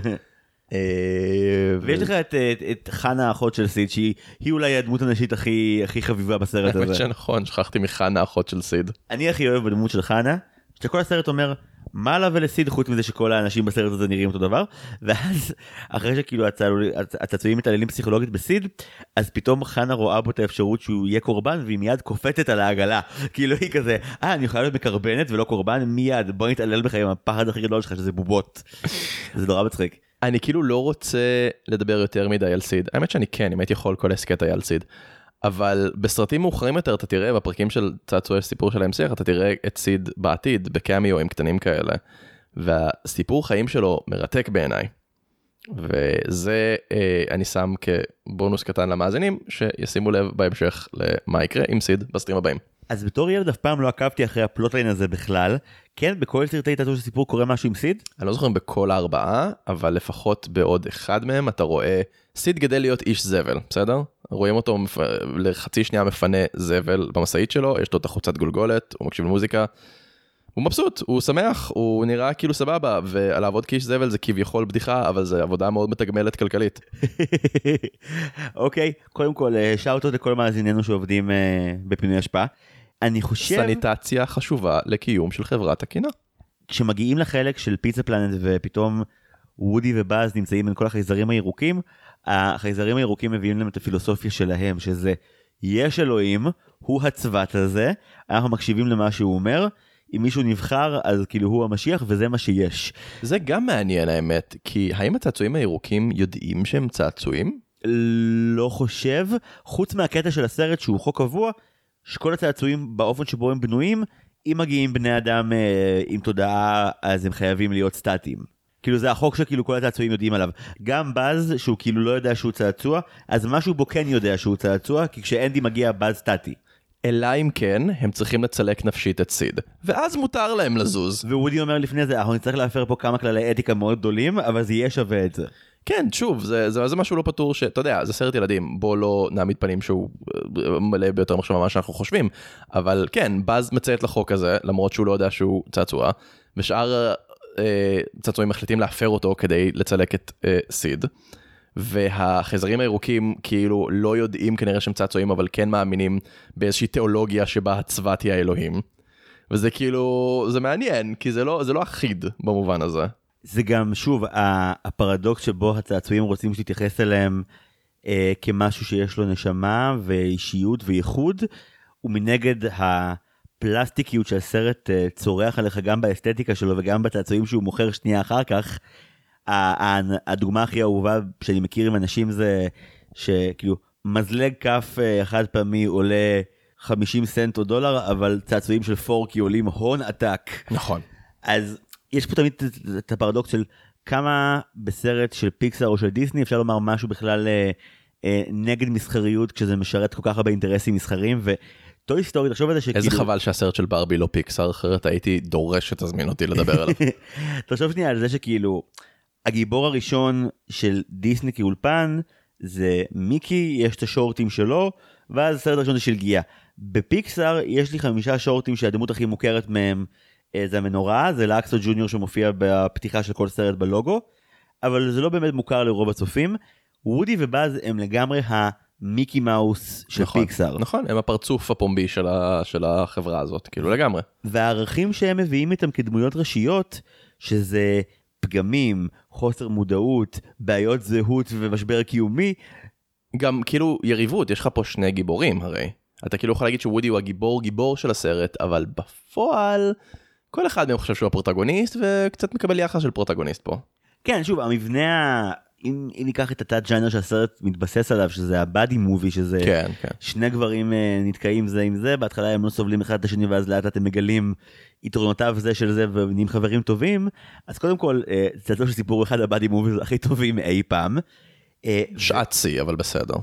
[SPEAKER 1] ויש לך את חנה האחות של סיד, שהיא אולי הדמות הנשית הכי חביבה בסרט הזה.
[SPEAKER 2] האמת שנכון, שכחתי מחנה האחות של סיד.
[SPEAKER 1] אני הכי אוהב בדמות של חנה, שכל הסרט אומר, מה לה ולסיד חוץ מזה שכל האנשים בסרט הזה נראים אותו דבר, ואז אחרי שכאילו הצעצועים מתעללים פסיכולוגית בסיד, אז פתאום חנה רואה בו את האפשרות שהוא יהיה קורבן, והיא מיד קופצת על העגלה, כאילו היא כזה, אני יכולה להיות מקרבנת ולא קורבן, מיד בוא נתעלל בך עם הפחד הכי גדול שלך שזה בובות. זה נורא מצחיק.
[SPEAKER 2] אני כאילו לא רוצה לדבר יותר מדי על סיד, האמת שאני כן, אם הייתי יכול כל הסקט היה על סיד. אבל בסרטים מאוחרים יותר אתה תראה, בפרקים של צעצועי סיפור של ההמשך, אתה תראה את סיד בעתיד, בקאמיו קטנים כאלה, והסיפור חיים שלו מרתק בעיניי. וזה אני שם כבונוס קטן למאזינים, שישימו לב בהמשך למה יקרה עם סיד בסרטים הבאים.
[SPEAKER 1] אז בתור ילד אף פעם לא עקבתי אחרי הפלוטליין הזה בכלל. כן, בכל סרטי צעצוע של סיפור קורה משהו עם סיד?
[SPEAKER 2] אני לא זוכר בכל 4, אבל לפחות בעוד אחד מהם אתה רואה סיד גדל להיות איש זבל, בסדר? רואים אותו לחצי שנייה מפנה זבל במשאית שלו, יש לו את החוצת גולגולת, הוא מקשיב למוזיקה, הוא מבסוט, הוא שמח, הוא נראה כאילו סבבה, ולעבוד כאיש זבל זה כביכול בדיחה, אבל זה עבודה מאוד מתגמלת כלכלית.
[SPEAKER 1] אוקיי, קודם כל, שאוטות לכל מאזיננו שעובדים בפינוי השפעה. אני חושב...
[SPEAKER 2] סניטציה חשובה לקיום של חברה תקינה.
[SPEAKER 1] כשמגיעים לחלק של פיצה פלנט ופתאום וודי ובאז נמצאים בין כל החייזרים הירוקים, החייזרים הירוקים מביאים להם את הפילוסופיה שלהם, שזה יש אלוהים, הוא הצוות הזה, אנחנו מקשיבים למה שהוא אומר, אם מישהו נבחר אז כאילו הוא המשיח וזה מה שיש.
[SPEAKER 2] זה גם מעניין האמת, כי האם הצעצועים הירוקים יודעים שהם צעצועים?
[SPEAKER 1] לא חושב, חוץ מהקטע של הסרט שהוא חוק קבוע, שכל הצעצועים באופן שבו הם בנויים, אם מגיעים בני אדם עם תודעה, אז הם חייבים להיות סטטיים. כאילו זה החוק שכאילו כל הצעצועים יודעים עליו. גם באז, שהוא כאילו לא יודע שהוא צעצוע, אז משהו בו כן יודע שהוא צעצוע, כי כשאנדי מגיע באז סטטי.
[SPEAKER 2] אלא אם כן, הם צריכים לצלק נפשית את סיד. ואז מותר להם לזוז.
[SPEAKER 1] ווודי אומר לפני זה, אנחנו נצטרך להפר פה כמה כללי אתיקה מאוד גדולים, אבל זה יהיה שווה את זה.
[SPEAKER 2] כן, שוב, זה משהו לא פתור שאתה יודע, זה סרט ילדים, בוא לא נעמיד פנים שהוא מלא ביותר מחשבה מה שאנחנו חושבים, אבל כן, באז מציית לחוק הזה, למרות שהוא לא יודע שהוא צעצוע, ושאר צעצועים מחליטים להפר אותו כדי לצלק את סיד, והחייזרים הירוקים כאילו לא יודעים כנראה שהם צעצועים, אבל כן מאמינים באיזושהי תיאולוגיה שבה הצוות היא האלוהים, וזה כאילו, זה מעניין, כי זה לא אחיד במובן הזה.
[SPEAKER 1] זה גם, שוב, הפרדוקס שבו הצעצועים רוצים שתתייחס אליהם כמשהו שיש לו נשמה ואישיות וייחוד, ומנגד הפלסטיקיות שהסרט צורח עליך גם באסתטיקה שלו וגם בצעצועים שהוא מוכר שנייה אחר כך. הדוגמה הכי אהובה שאני מכיר עם אנשים זה שכאילו מזלג כף חד פעמי עולה 50 סנט או דולר, אבל צעצועים של פורקי עולים הון עתק.
[SPEAKER 2] נכון.
[SPEAKER 1] אז יש פה תמיד את הפרדוקס של כמה בסרט של פיקסאר או של דיסני אפשר לומר משהו בכלל נגד מסחריות כשזה משרת כל כך הרבה אינטרסים מסחריים, וטוי סטורי, תחשוב על זה שכאילו...
[SPEAKER 2] איזה חבל שהסרט של ברבי לא פיקסאר, אחרת הייתי דורש שתזמין אותי לדבר עליו.
[SPEAKER 1] תחשוב שנייה על זה שכאילו הגיבור הראשון של דיסני כאולפן זה מיקי, יש את השורטים שלו, ואז הסרט הראשון זה של גיאה. בפיקסאר יש לי 5 שורטים שהדמות הכי מוכרת מהם זה המנורה, זה לאקסו ג'וניור שמופיע בפתיחה של כל סרט בלוגו, אבל זה לא באמת מוכר לרוב הצופים. וודי ובאז הם לגמרי המיקי מאוס של פיקסאר.
[SPEAKER 2] נכון, הם הפרצוף הפומבי של החברה הזאת, כאילו לגמרי.
[SPEAKER 1] והערכים שהם מביאים איתם כדמויות ראשיות, שזה פגמים, חוסר מודעות, בעיות זהות ומשבר קיומי.
[SPEAKER 2] גם כאילו יריבות, יש לך פה 2 גיבורים הרי. אתה כאילו יכול להגיד שוודי הוא גיבור של הסרט, אבל בפועל... כל אחד מהם חושב שהוא הפרוטגוניסט, וקצת מקבל יחס של פרוטגוניסט פה.
[SPEAKER 1] כן, שוב, המבנה, אם ניקח את התת ג'אנר שהסרט מתבסס עליו, שזה הבאדי מובי, שזה
[SPEAKER 2] כן.
[SPEAKER 1] 2 גברים נתקעים זה עם זה, בהתחלה הם לא סובלים אחד את השני, ואז לאט אתם מגלים יתרונותיו זה של זה, ונהיים חברים טובים, אז קודם כל, זה לא שסיפור אחד הבאדי מובי הכי טובים אי פעם.
[SPEAKER 2] שעת שיא, אבל בסדר.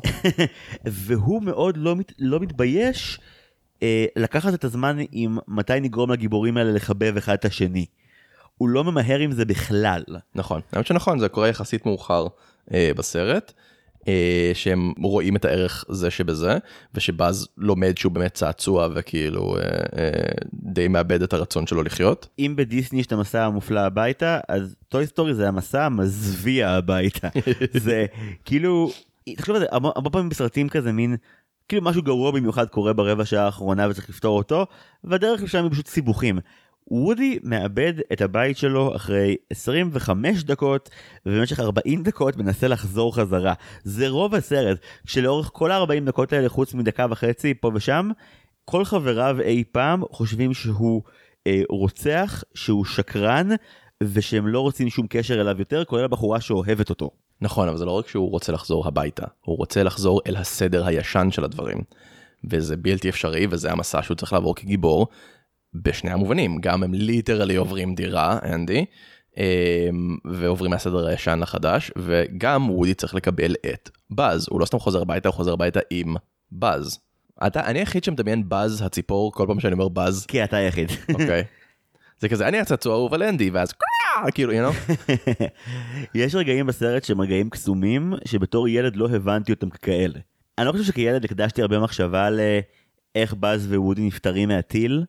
[SPEAKER 1] והוא מאוד לא מתבייש, לקחת את הזמן עם מתי נגרום לגיבורים האלה לחבב אחד את השני. הוא לא ממהר עם זה בכלל.
[SPEAKER 2] נכון, האמת שנכון, זה קורה יחסית מאוחר בסרט, שהם רואים את הערך זה שבזה, ושבאז לומד שהוא באמת צעצוע, וכאילו די מאבד את הרצון שלו לחיות.
[SPEAKER 1] אם בדיסני יש את המסע המופלא הביתה, אז טוי סטורי זה המסע המזוויע הביתה. זה כאילו, תחשוב על זה, הרבה פעמים בסרטים כזה מין, כאילו משהו גרוע במיוחד קורה ברבע שעה האחרונה וצריך לפתור אותו, והדרך לשם היא פשוט סיבוכים. וודי מאבד את הבית שלו אחרי 25 דקות, ובמשך 40 דקות מנסה לחזור חזרה. זה רוב הסרט, שלאורך כל 40 דקות האלה, חוץ מדקה וחצי פה ושם, כל חבריו אי פעם חושבים שהוא רוצח, שהוא שקרן, ושהם לא רוצים שום קשר אליו יותר, כולל הבחורה שאוהבת אותו.
[SPEAKER 2] נכון, אבל זה לא רק שהוא רוצה לחזור הביתה, הוא רוצה לחזור אל הסדר הישן של הדברים. וזה בלתי אפשרי, וזה המסע שהוא צריך לעבור כגיבור, בשני המובנים. גם הם ליטרלי עוברים דירה, אנדי, ועוברים מהסדר הישן לחדש, וגם וודי צריך לקבל את באז. הוא לא סתם חוזר הביתה, הוא חוזר הביתה עם באז. אני היחיד שמדמיין באז הציפור, כל פעם שאני אומר באז.
[SPEAKER 1] כי אתה היחיד.
[SPEAKER 2] אוקיי. זה כזה, אני הצעצוע אהוב על אנדי, ואז כאילו, you know?
[SPEAKER 1] יש רגעים בסרט שהם רגעים קסומים, שבתור ילד לא הבנתי אותם ככאלה. אני לא חושב שכילד הקדשתי הרבה מחשבה לאיך באז ווודי נפטרים מהטיל,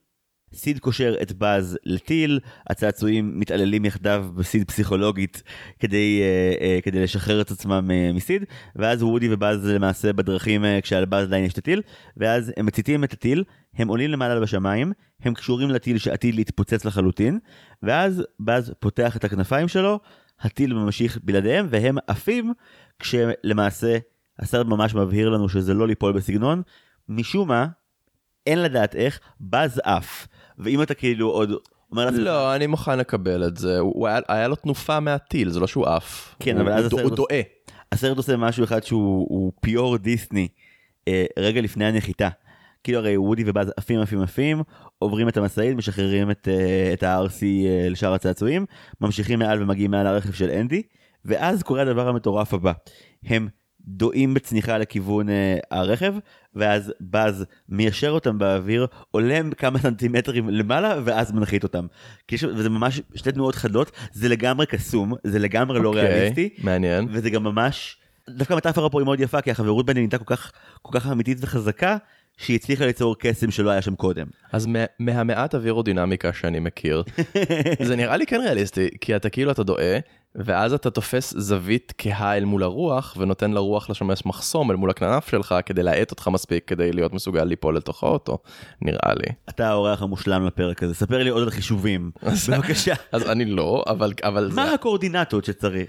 [SPEAKER 1] סיד קושר את באז לטיל, הצעצועים מתעללים יחדיו בסיד פסיכולוגית כדי לשחרר את עצמם מסיד, ואז וודי ובאז למעשה בדרכים כשעל באז עדיין יש את הטיל, ואז הם מציתים את הטיל, הם עולים למעלה בשמיים, הם קשורים לטיל שעתיד להתפוצץ לחלוטין, ואז באז פותח את הכנפיים שלו, הטיל ממשיך בלעדיהם, והם עפים, כשלמעשה הסרט ממש מבהיר לנו שזה לא ליפול בסגנון, משום מה, אין לדעת איך, באז עף. ואם אתה כאילו עוד אומר לעצמך...
[SPEAKER 2] לא, אני מוכן לקבל את זה. היה לו תנופה מהטיל, זה לא שהוא עף.
[SPEAKER 1] כן, אבל אז
[SPEAKER 2] הוא דועה.
[SPEAKER 1] הסרט עושה משהו אחד שהוא פיור דיסני, רגע לפני הנחיתה. כאילו הרי וודי ובאז עפים, עוברים את המסעית, משחררים את ה-RC לשאר הצעצועים, ממשיכים מעל ומגיעים מעל הרכב של אנדי, ואז קורה הדבר המטורף הבא. הם דועים בצניחה לכיוון הרכב, ואז באז מיישר אותם באוויר, עולה כמה סנטימטרים למעלה, ואז מנחית אותם. וזה ממש שתי תנועות חדות, זה לגמרי קסום, זה לגמרי לא ריאליסטי.
[SPEAKER 2] מעניין.
[SPEAKER 1] וזה גם ממש, דווקא המטאפורה פה היא מאוד יפה, כי החברות ביניהם נהייתה כל כך אמיתית וחזקה, שהיא הצליחה ליצור קסם שלא היה שם קודם.
[SPEAKER 2] אז מהמעט אווירודינמיקה שאני מכיר, זה נראה לי כן ריאליסטי, כי אתה כאילו אתה דועה, ואז אתה תופס זווית כהה אל מול הרוח, ונותן לרוח לשמש מחסום אל מול הכנף שלך, כדי להעט אותך מספיק, כדי להיות מסוגל ליפול לתוך האוטו, נראה לי.
[SPEAKER 1] אתה האורח המושלם לפרק הזה, ספר לי עוד על חישובים, בבקשה.
[SPEAKER 2] אז אני לא, אבל
[SPEAKER 1] מה הקואורדינטות שצריך?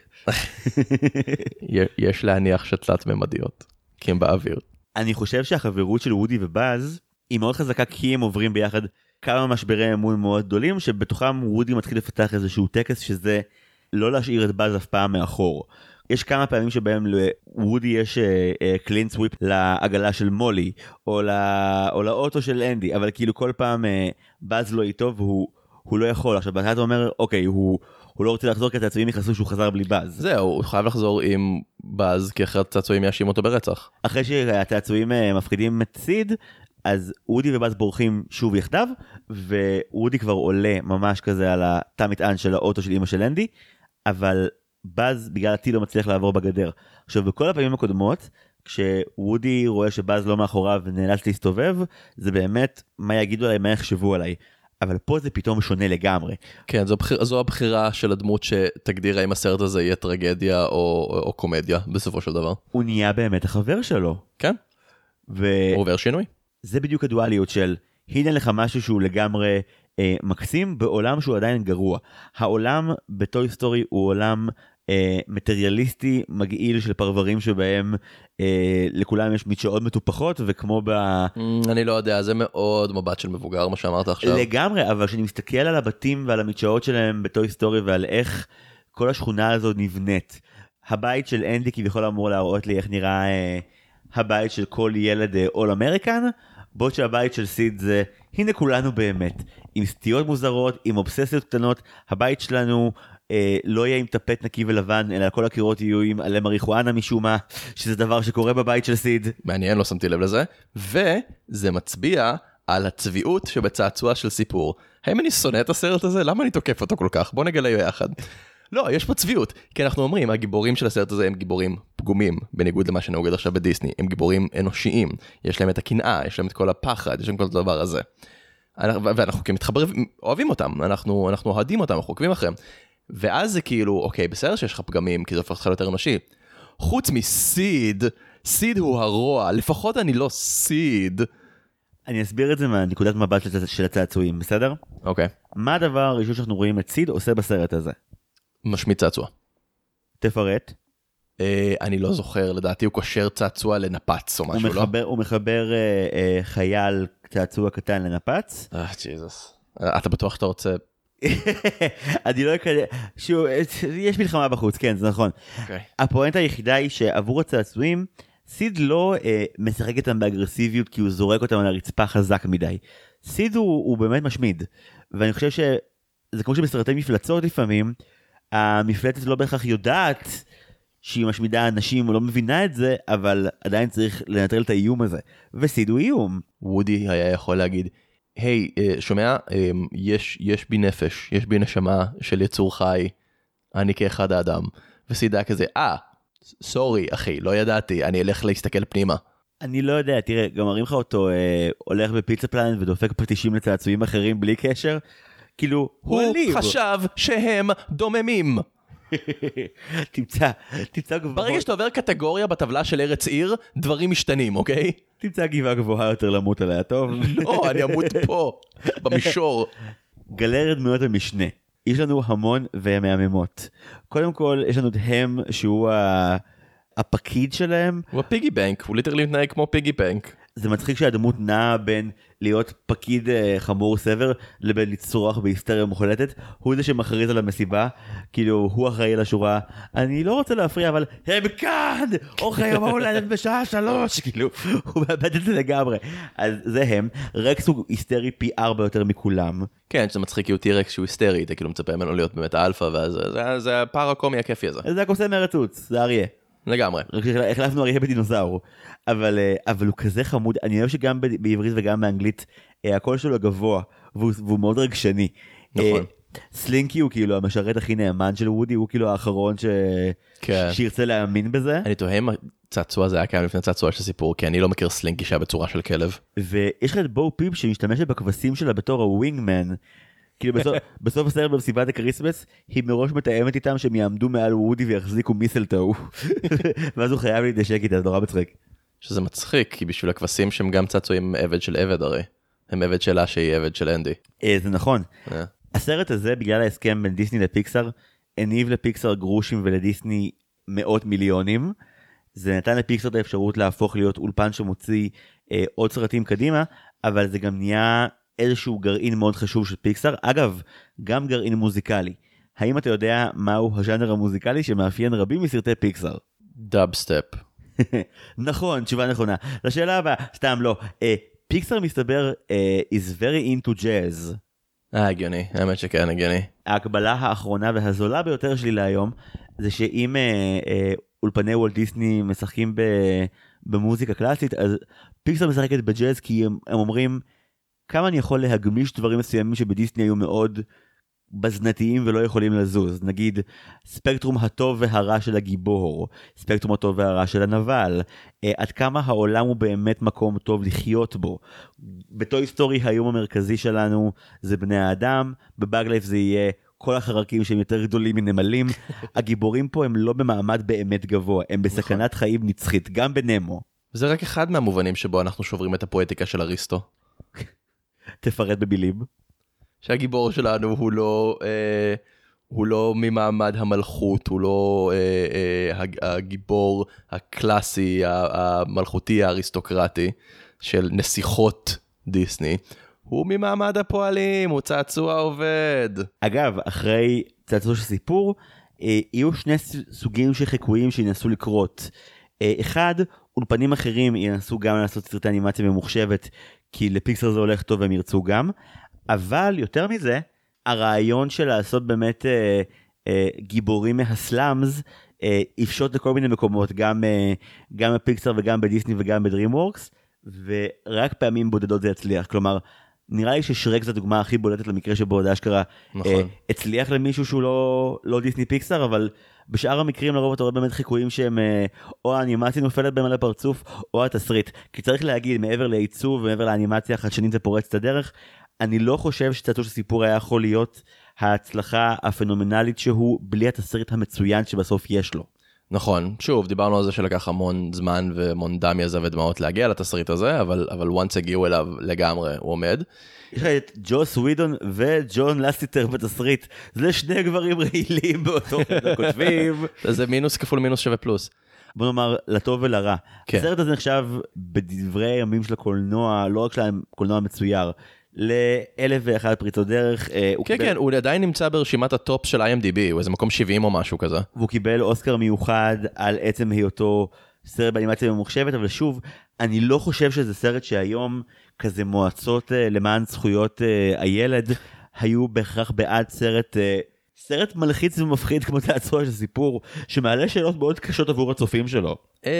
[SPEAKER 2] יש להניח שתלת ממדיות, כי הם באוויר.
[SPEAKER 1] אני חושב שהחברות של וודי ובאז היא מאוד חזקה, כי הם עוברים ביחד כמה משברי אמון מאוד גדולים, שבתוכם וודי מתחיל לפתח איזשהו טקס שזה לא להשאיר את באז אף פעם מאחור. יש כמה פעמים שבהם לוודי יש קלין סוויפ לעגלה של מולי, או לאוטו של אנדי, אבל כאילו כל פעם באז לא איתו והוא לא יכול. עכשיו אתה אומר, אוקיי, הוא לא רוצה לחזור כי הצעצועים נכנסו שהוא חזר בלי באז.
[SPEAKER 2] זהו, הוא חייב לחזור עם באז, כי אחרת הצעצועים יאשים אותו ברצח.
[SPEAKER 1] אחרי שהצעצועים מפחידים את סיד, אז וודי ובאז בורחים שוב יחדיו, ווודי כבר עולה ממש כזה על התא מטען של האוטו של אמא של אנדי, אבל באז בגלל הטיל לא מצליח לעבור בגדר. עכשיו בכל הפעמים הקודמות, כשוודי רואה שבאז לא מאחוריו ונאלץ להסתובב, זה באמת מה יגידו עליי, מה יחשבו עליי. אבל פה זה פתאום שונה לגמרי.
[SPEAKER 2] כן, זו הבחירה של הדמות שתגדיר האם הסרט הזה יהיה טרגדיה או קומדיה בסופו של דבר.
[SPEAKER 1] הוא נהיה באמת החבר שלו.
[SPEAKER 2] כן, הוא עובר שינוי.
[SPEAKER 1] זה בדיוק הדואליות של, הנה לך משהו שהוא לגמרי מקסים, בעולם שהוא עדיין גרוע. העולם בטוי סטורי הוא עולם מטריאליסטי, מגעיל של פרברים שבהם לכולם יש מדשאות מטופחות, וכמו
[SPEAKER 2] אני לא יודע, זה מאוד מבט של מבוגר מה שאמרת עכשיו.
[SPEAKER 1] לגמרי, אבל כשאני מסתכל על הבתים ועל המדשאות שלהם בטוי סטורי, ועל איך כל השכונה הזאת נבנית, הבית של אנדי כביכול אמור להראות לי איך נראה הבית של כל ילד אול אמריקן, בעוד שהבית של סיד זה, הנה כולנו באמת, עם סטיות מוזרות, עם אובססיות קטנות, הבית שלנו לא יהיה עם טפט נקי ולבן, אלא כל הקירות יהיו עם עלי מריחואנה משום מה, שזה דבר שקורה בבית של סיד.
[SPEAKER 2] מעניין, לא שמתי לב לזה. וזה מצביע על הצביעות שבצעצוע של סיפור. האם אני שונא את הסרט הזה? למה אני תוקף אותו כל כך? בוא נגלה יחד. לא, יש פה צביעות, כי אנחנו אומרים, הגיבורים של הסרט הזה הם גיבורים פגומים, בניגוד למה שנהוג עכשיו בדיסני, הם גיבורים אנושיים, יש להם את הקנאה, יש להם את כל הפחד, יש להם כל הדבר הזה. ואנחנו כמתחברים, אוהבים אותם, אנחנו אוהדים אותם, אנחנו עוקבים אחריהם. ואז זה כאילו, אוקיי, בסדר שיש לך פגמים, כי זה הופך אותך יותר אנושי. חוץ מסיד, סיד הוא הרוע, לפחות אני לא סיד.
[SPEAKER 1] אני אסביר את זה מהנקודת מבט של הצעצועים, בסדר?
[SPEAKER 2] אוקיי.
[SPEAKER 1] מה הדבר הראשון שאנחנו רואים את סיד עושה בסרט הזה?
[SPEAKER 2] משמיד צעצוע.
[SPEAKER 1] תפרט.
[SPEAKER 2] אני לא זוכר, לדעתי הוא קושר צעצוע לנפץ או משהו, לא?
[SPEAKER 1] הוא מחבר חייל צעצוע קטן לנפץ.
[SPEAKER 2] ג'יזוס. אתה בטוח שאתה רוצה...
[SPEAKER 1] אני לא אקדם, שוב, יש מלחמה בחוץ, כן, זה נכון. הפואנטה היחידה היא שעבור הצעצועים, סיד לא משחק אותם באגרסיביות כי הוא זורק אותם על הרצפה חזק מדי. סיד הוא באמת משמיד, ואני חושב שזה כמו שבסרטי מפלצות לפעמים, המפלצת לא בהכרח יודעת שהיא משמידה אנשים, הוא לא מבינה את זה, אבל עדיין צריך לנטרל את האיום הזה. וסיד הוא איום.
[SPEAKER 2] וודי היה יכול להגיד, היי, שומע, יש בי נפש, יש בי נשמה של יצור חי, אני כאחד האדם. וסיד היה כזה, סורי אחי, לא ידעתי, אני אלך להסתכל פנימה.
[SPEAKER 1] אני לא יודע, תראה, גם מראים לך אותו הולך בפיצה פלנט ודופק פטישים לצעצועים אחרים בלי קשר, כאילו,
[SPEAKER 2] הוא חשב שהם דוממים.
[SPEAKER 1] תמצא גבוה.
[SPEAKER 2] ברגע שאתה עובר קטגוריה בטבלה של ארץ עיר, דברים משתנים, אוקיי?
[SPEAKER 1] תמצא גבעה גבוהה יותר למות עליה, טוב?
[SPEAKER 2] לא, אני אמות פה, במישור.
[SPEAKER 1] גלריית דמויות המשנה. יש לנו המון ומהממות. קודם כל, יש לנו את הם, שהוא הפקיד שלהם.
[SPEAKER 2] הוא הפיגי בנק, הוא ליטרלי מתנהג כמו פיגי בנק.
[SPEAKER 1] זה מצחיק שהדמות נעה בין להיות פקיד חמור סבר לבין לצרוח בהיסטריה מוחלטת. הוא זה שמכריז על המסיבה, כאילו הוא אחראי לשורה, אני לא רוצה להפריע אבל הם כאן, אוכל יום ההולדת בשעה 3, כאילו הוא מאבד את זה לגמרי. אז זה הם, רקס הוא היסטרי פי 4 יותר מכולם.
[SPEAKER 2] כן, שזה מצחיק כי הוא תהיה רקס שהוא היסטרי, אתה כאילו מצפה ממנו להיות באמת האלפא, וזה הפער הקומי הכיפי הזה.
[SPEAKER 1] זה הקוסם מהרצוץ, זה אריה.
[SPEAKER 2] לגמרי.
[SPEAKER 1] רק החלפנו אריה בדינוזאור, אבל הוא כזה חמוד, אני אוהב שגם בעברית וגם באנגלית, הקול שלו גבוה, והוא מאוד רגשני.
[SPEAKER 2] נכון.
[SPEAKER 1] סלינקי הוא כאילו המשרת הכי נאמן של וודי, הוא כאילו האחרון שירצה להאמין בזה.
[SPEAKER 2] אני תוהה אם הצעצוע הזה היה קיים לפני צעצוע של סיפור, כי אני לא מכיר סלינקי שהיה בצורה של כלב.
[SPEAKER 1] ויש לך את בואו פיפ שמשתמשת בכבשים שלה בתור הווינגמן, כאילו בסוף הסרט במסיבת הקריסמס, היא מראש מתאמת איתם שהם יעמדו מעל וודי ויחזיקו מיסלטו, ואז הוא חייב להתנשק איתה, זה נורא מצחיק.
[SPEAKER 2] שזה מצחיק, כי בשביל הכבשים שהם גם צעצועים עבד של עבד הרי. הם עבד שלה שהיא עבד של אנדי.
[SPEAKER 1] זה נכון. הסרט הזה, בגלל ההסכם בין דיסני לפיקסאר, הניב לפיקסאר גרושים ולדיסני מאות מיליונים. זה נתן לפיקסאר את האפשרות להפוך להיות אולפן שמוציא עוד סרטים קדימה, אבל זה גם נהיה איזשהו גרעין מאוד חשוב של פיקסאר. אגב, גם גרעין מוזיקלי. האם אתה יודע מהו הז'אנר המוזיקלי שמאפיין רבים מסרטי פיקסאר?
[SPEAKER 2] דאב סטפ.
[SPEAKER 1] נכון, תשובה נכונה. לשאלה הבאה, סתם לא. פיקסאר מסתבר is very into jazz.
[SPEAKER 2] הגיוני, האמת שכן, הגיוני.
[SPEAKER 1] ההקבלה האחרונה והזולה ביותר שלי להיום, זה שאם אולפני וולט דיסני משחקים במוזיקה קלאסית, אז פיקסאר משחקת בג'אז, כי הם אומרים, כמה אני יכול להגמיש דברים מסוימים שבדיסני היו מאוד בזנתיים ולא יכולים לזוז. נגיד, ספקטרום הטוב והרע של הגיבור, ספקטרום הטוב והרע של הנבל, עד כמה העולם הוא באמת מקום טוב לחיות בו. בטוי סטורי היום המרכזי שלנו זה בני האדם, בבאג לייף זה יהיה כל החרקים שהם יותר גדולים מנמלים. הגיבורים פה הם לא במעמד באמת גבוה, הם בסכנת חיים נצחית, גם בנמו.
[SPEAKER 2] זה רק אחד מהמובנים שבו אנחנו שוברים את הפואטיקה של אריסטו.
[SPEAKER 1] תפרט במילים.
[SPEAKER 2] שהגיבור שלנו הוא לא ממעמד המלכות, הוא לא הגיבור הקלאסי, המלכותי, האריסטוקרטי של נסיכות דיסני. הוא ממעמד הפועלים, הוא צעצוע עובד.
[SPEAKER 1] אגב, אחרי צעצוע של סיפור, יהיו שני סוגים של חיקויים שינסו לקרות. אחד, אולפנים אחרים ינסו גם לעשות סרטי אנימציה ממוחשבת, כי לפיקסאר זה הולך טוב והם ירצו גם. אבל יותר מזה, הרעיון של לעשות באמת גיבורים מהסלאמס, יפשוט לכל מיני מקומות, גם בפיקסאר וגם בדיסני וגם בדרימוורקס, ורק פעמים בודדות זה יצליח. כלומר, נראה לי ששרק זו הדוגמה הכי בולטת למקרה שבו זה אשכרה הצליח למישהו שהוא לא דיסני פיקסאר, אבל בשאר המקרים לרוב אתה רואה באמת חיקויים שהם או האנימציה נופלת בהם על הפרצוף, או התסריט. כי צריך להגיד, מעבר לעיצוב ומעבר לאנימציה החדשנית ופורץ את הדרך, אני לא חושב שצעצוע של סיפור היה יכול להיות ההצלחה הפנומנלית שהוא בלי התסריט המצוין שבסוף יש לו.
[SPEAKER 2] נכון, שוב, דיברנו על זה שלקח המון זמן והמון דם יזע ודמעות להגיע לתסריט הזה, אבל once הגיעו אליו לגמרי, הוא עומד.
[SPEAKER 1] יש לך את ג'וס ווידון וג'ון לסטיטר בתסריט, זה שני גברים רעילים באותו כותבים.
[SPEAKER 2] זה מינוס כפול מינוס שווה פלוס.
[SPEAKER 1] בוא נאמר, לטוב ולרע.
[SPEAKER 2] כן.
[SPEAKER 1] הסרט הזה נחשב בדברי הימים של הקולנוע, לא רק של הקולנוע המצויר, ל1,001 פריצות דרך.
[SPEAKER 2] כן, כן, הוא עדיין נמצא ברשימת הטופ של IMDb, הוא איזה מקום 70 או משהו כזה.
[SPEAKER 1] והוא קיבל אוסקר מיוחד על עצם היותו סרט באנימציה ממוחשבת, אבל שוב, אני לא חושב שזה סרט שהיום כזה מועצות למען זכויות הילד, היו בהכרח בעד סרט מלחיץ ומפחיד כמו צעצוע של סיפור, שמעלה שאלות מאוד קשות עבור הצופים שלו.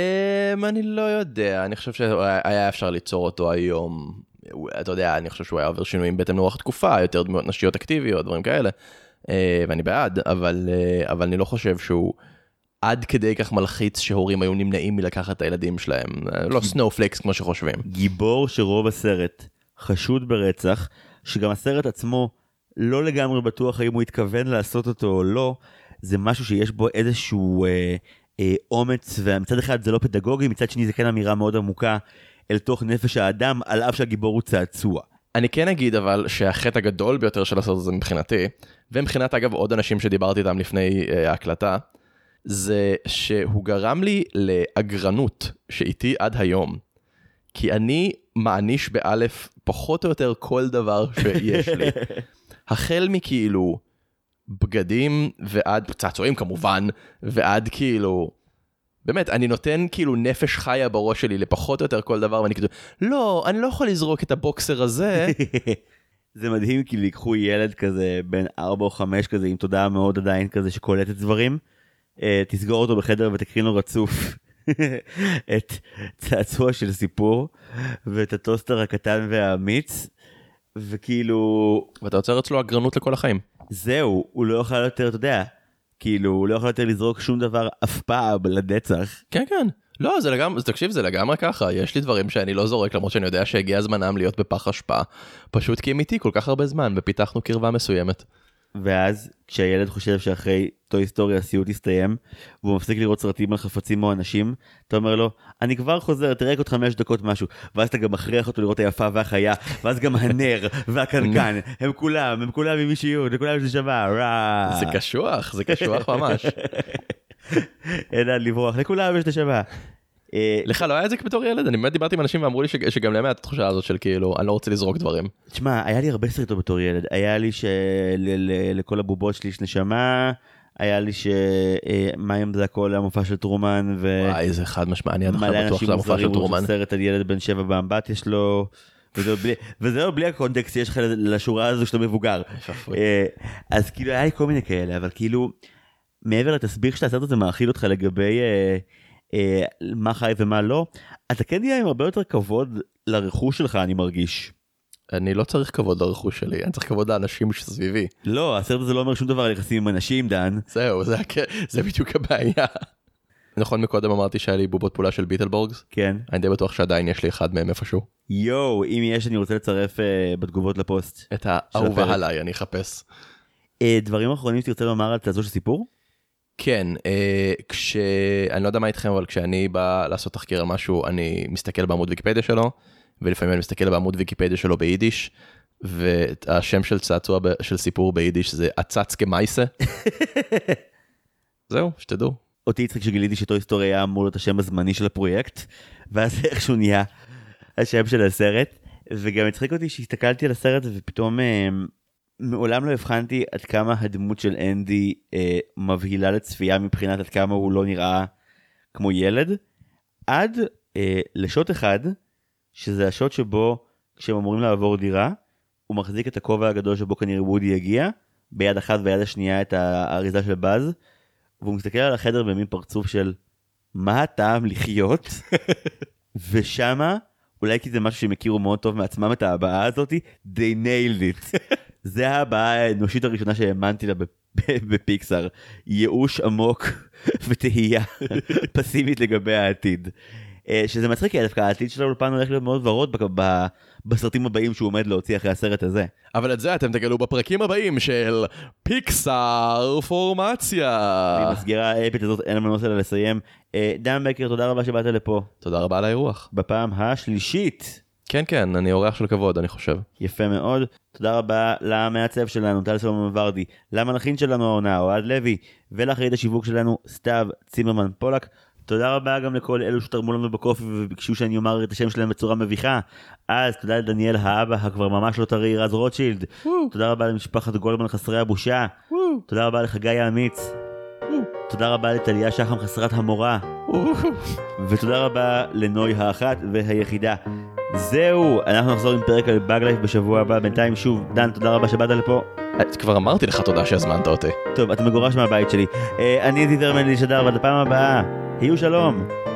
[SPEAKER 2] אני לא יודע, אני חושב שהיה אפשר ליצור אותו היום. אתה יודע, אני חושב שהוא היה עובר שינויים בהתאם לאורך תקופה, יותר דמויות נשיות אקטיביות, דברים כאלה, ואני בעד, אבל אני לא חושב שהוא עד כדי כך מלחיץ שהורים היו נמנעים מלקחת את הילדים שלהם. לא סנופלקס כמו שחושבים.
[SPEAKER 1] גיבור שרוב הסרט חשוד ברצח, שגם הסרט עצמו לא לגמרי בטוח האם הוא התכוון לעשות אותו או לא, זה משהו שיש בו איזשהו אומץ, ומצד אחד זה לא פדגוגי, מצד שני זה כן אמירה מאוד עמוקה אל תוך נפש האדם, על אף שהגיבור הוא צעצוע.
[SPEAKER 2] אני כן אגיד אבל שהחטא הגדול ביותר של הסרט הזה מבחינתי, ומבחינת אגב עוד אנשים שדיברתי איתם לפני ההקלטה, זה שהוא גרם לי לאגרנות שאיתי עד היום. כי אני מעניש באלף פחות או יותר כל דבר שיש לי. החל מכאילו בגדים ועד צעצועים כמובן, ועד כאילו, באמת, אני נותן כאילו נפש חיה בראש שלי לפחות או יותר כל דבר, ואני כאילו, לא, אני לא יכול לזרוק את הבוקסר הזה.
[SPEAKER 1] זה מדהים, כי לקחו ילד כזה בין 4 או 5 כזה, עם תודעה מאוד עדיין כזה שקולט את דברים, תסגור אותו בחדר ותקרין לו רצוף את צעצוע של סיפור, ואת הטוסטר הקטן והאמיץ, וכאילו...
[SPEAKER 2] ואתה יוצר אצלו אגרנות לכל החיים.
[SPEAKER 1] זהו, הוא לא יוכל יותר, אתה יודע, כאילו, הוא לא יכול יותר לזרוק שום דבר אף פעם לנצח.
[SPEAKER 2] כן, כן. לא, זה לגמרי, תקשיב, זה לגמרי ככה. יש לי דברים שאני לא זורק, למרות שאני יודע שהגיע זמנם להיות בפח אשפה. פשוט כי הם איתי כל כך הרבה זמן, ופיתחנו קרבה מסוימת.
[SPEAKER 1] ואז, כשהילד חושב שאחרי טוי סטורי הסיוט יסתיים, והוא מפסיק לראות סרטים על חפצים או אנשים, אתה אומר לו, אני כבר חוזר, תראה עוד 5 דקות משהו, ואז אתה גם מכריח אותו לראות היפה והחיה, ואז גם הנר והקנקן, הם כולם עם אישיות, לכולם יש נשמה, רע.
[SPEAKER 2] זה קשוח ממש.
[SPEAKER 1] אין עד לברוח, לכולם יש נשמה.
[SPEAKER 2] לך לא היה את זה בתור ילד? אני באמת דיברתי עם אנשים ואמרו לי שגם להם היה את התחושה הזאת של כאילו, אני לא רוצה לזרוק דברים.
[SPEAKER 1] תשמע, היה לי הרבה סרטות בתור ילד. היה לי שלכל הבובות שלי יש נשמה, היה לי שמים זה הכל המופע של טרומן,
[SPEAKER 2] וואי, זה חד משמע, אני עד אחר בטוח שזה המופע של טרומן.
[SPEAKER 1] סרט על ילד בן 7 באמבטיה שלו, וזה לא בלי הקונטקסט שיש לך לשורה הזו שאתה מבוגר. אז כאילו היה לי כל מיני כאלה, אבל כאילו, מעבר לתסביר שאתה הסרט הזה מאכיל אותך לגבי מה חי ומה לא, אתה כן נהיה עם הרבה יותר כבוד לרכוש שלך, אני מרגיש.
[SPEAKER 2] אני לא צריך כבוד לרכוש שלי, אני צריך כבוד לאנשים שסביבי.
[SPEAKER 1] לא, הסרט הזה לא אומר שום דבר על יחסים עם אנשים, דן.
[SPEAKER 2] זהו, זה בדיוק הבעיה. נכון, מקודם אמרתי שהיה לי בובות פעולה של ביטלבורגס?
[SPEAKER 1] כן.
[SPEAKER 2] אני די בטוח שעדיין יש לי אחד מהם איפשהו.
[SPEAKER 1] יואו, אם יש אני רוצה לצרף בתגובות לפוסט.
[SPEAKER 2] את האהובה עליי, אני אחפש.
[SPEAKER 1] דברים אחרונים שתרצה לומר על צעצוע של סיפור?
[SPEAKER 2] כן, אני לא יודע מה איתכם, אבל כשאני בא לעשות תחקיר על משהו, אני מסתכל בעמוד ויקיפדיה שלו, ולפעמים אני מסתכל בעמוד ויקיפדיה שלו ביידיש, והשם של צעצוע של סיפור ביידיש זה עצץ כמייסה. זהו, שתדעו.
[SPEAKER 1] אותי יצחק שגיליתי שטוי סטורי היה אמור להיות השם הזמני של הפרויקט, ואז איכשהו נהיה השם של הסרט, וגם הצחיק אותי שהסתכלתי על הסרט ופתאום מעולם לא הבחנתי עד כמה הדמות של אנדי מבהילה לצפייה מבחינת עד כמה הוא לא נראה כמו ילד, עד לשוט אחד, שזה השוט שבו כשהם אמורים לעבור דירה, הוא מחזיק את הכובע הגדול שבו כנראה וודי יגיע, ביד אחת ויד השנייה את האריזה של באז, והוא מסתכל על החדר במין פרצוף של מה הטעם לחיות, ושמה, אולי כי זה משהו שהם הכירו מאוד טוב מעצמם את ההבעה הזאת, they nailed it. זה ההבעה האנושית הראשונה שהאמנתי לה בפיקסאר, ייאוש עמוק ותהייה פסימית לגבי העתיד. שזה מצחיק, דווקא העתיד של האולפן הולך להיות מאוד ורוד בסרטים הבאים שהוא עומד להוציא אחרי הסרט הזה.
[SPEAKER 2] אבל את זה אתם תגלו בפרקים הבאים של פיקסאר פורמציה.
[SPEAKER 1] במסגרה האפית הזאת אין לנו אלא לסיים. דן בקר, תודה רבה שבאת לפה.
[SPEAKER 2] תודה רבה על האירוח.
[SPEAKER 1] בפעם השלישית.
[SPEAKER 2] כן, כן, אני אורח של כבוד, אני חושב.
[SPEAKER 1] יפה מאוד. תודה רבה למעצב שלנו, טל סלומון ורדי, למנחין שלנו העונה, אוהד לוי, ולאחראית השיווק שלנו, סתיו צימרמן פולק. תודה רבה גם לכל אלו שתרמו לנו בקופי וביקשו שאני אומר את השם שלהם בצורה מביכה. אז תודה לדניאל האבא, הכבר ממש לא טרי, רז רוטשילד. תודה רבה למשפחת גולדמן חסרי הבושה. תודה רבה לחגי האמיץ. תודה רבה לטליה שחם חסרת המורה. ותודה רבה לנוי האחת והיחידה. זהו, אנחנו נחזור עם פרק על באג לייף בשבוע הבא. בינתיים שוב, דן, תודה רבה שבאת לפה.
[SPEAKER 2] כבר אמרתי לך תודה שהזמנת אותי.
[SPEAKER 1] טוב, אתה מגורש מהבית שלי. אני זיזרמן לשדר, ועד הפעם הבאה. היו שלום.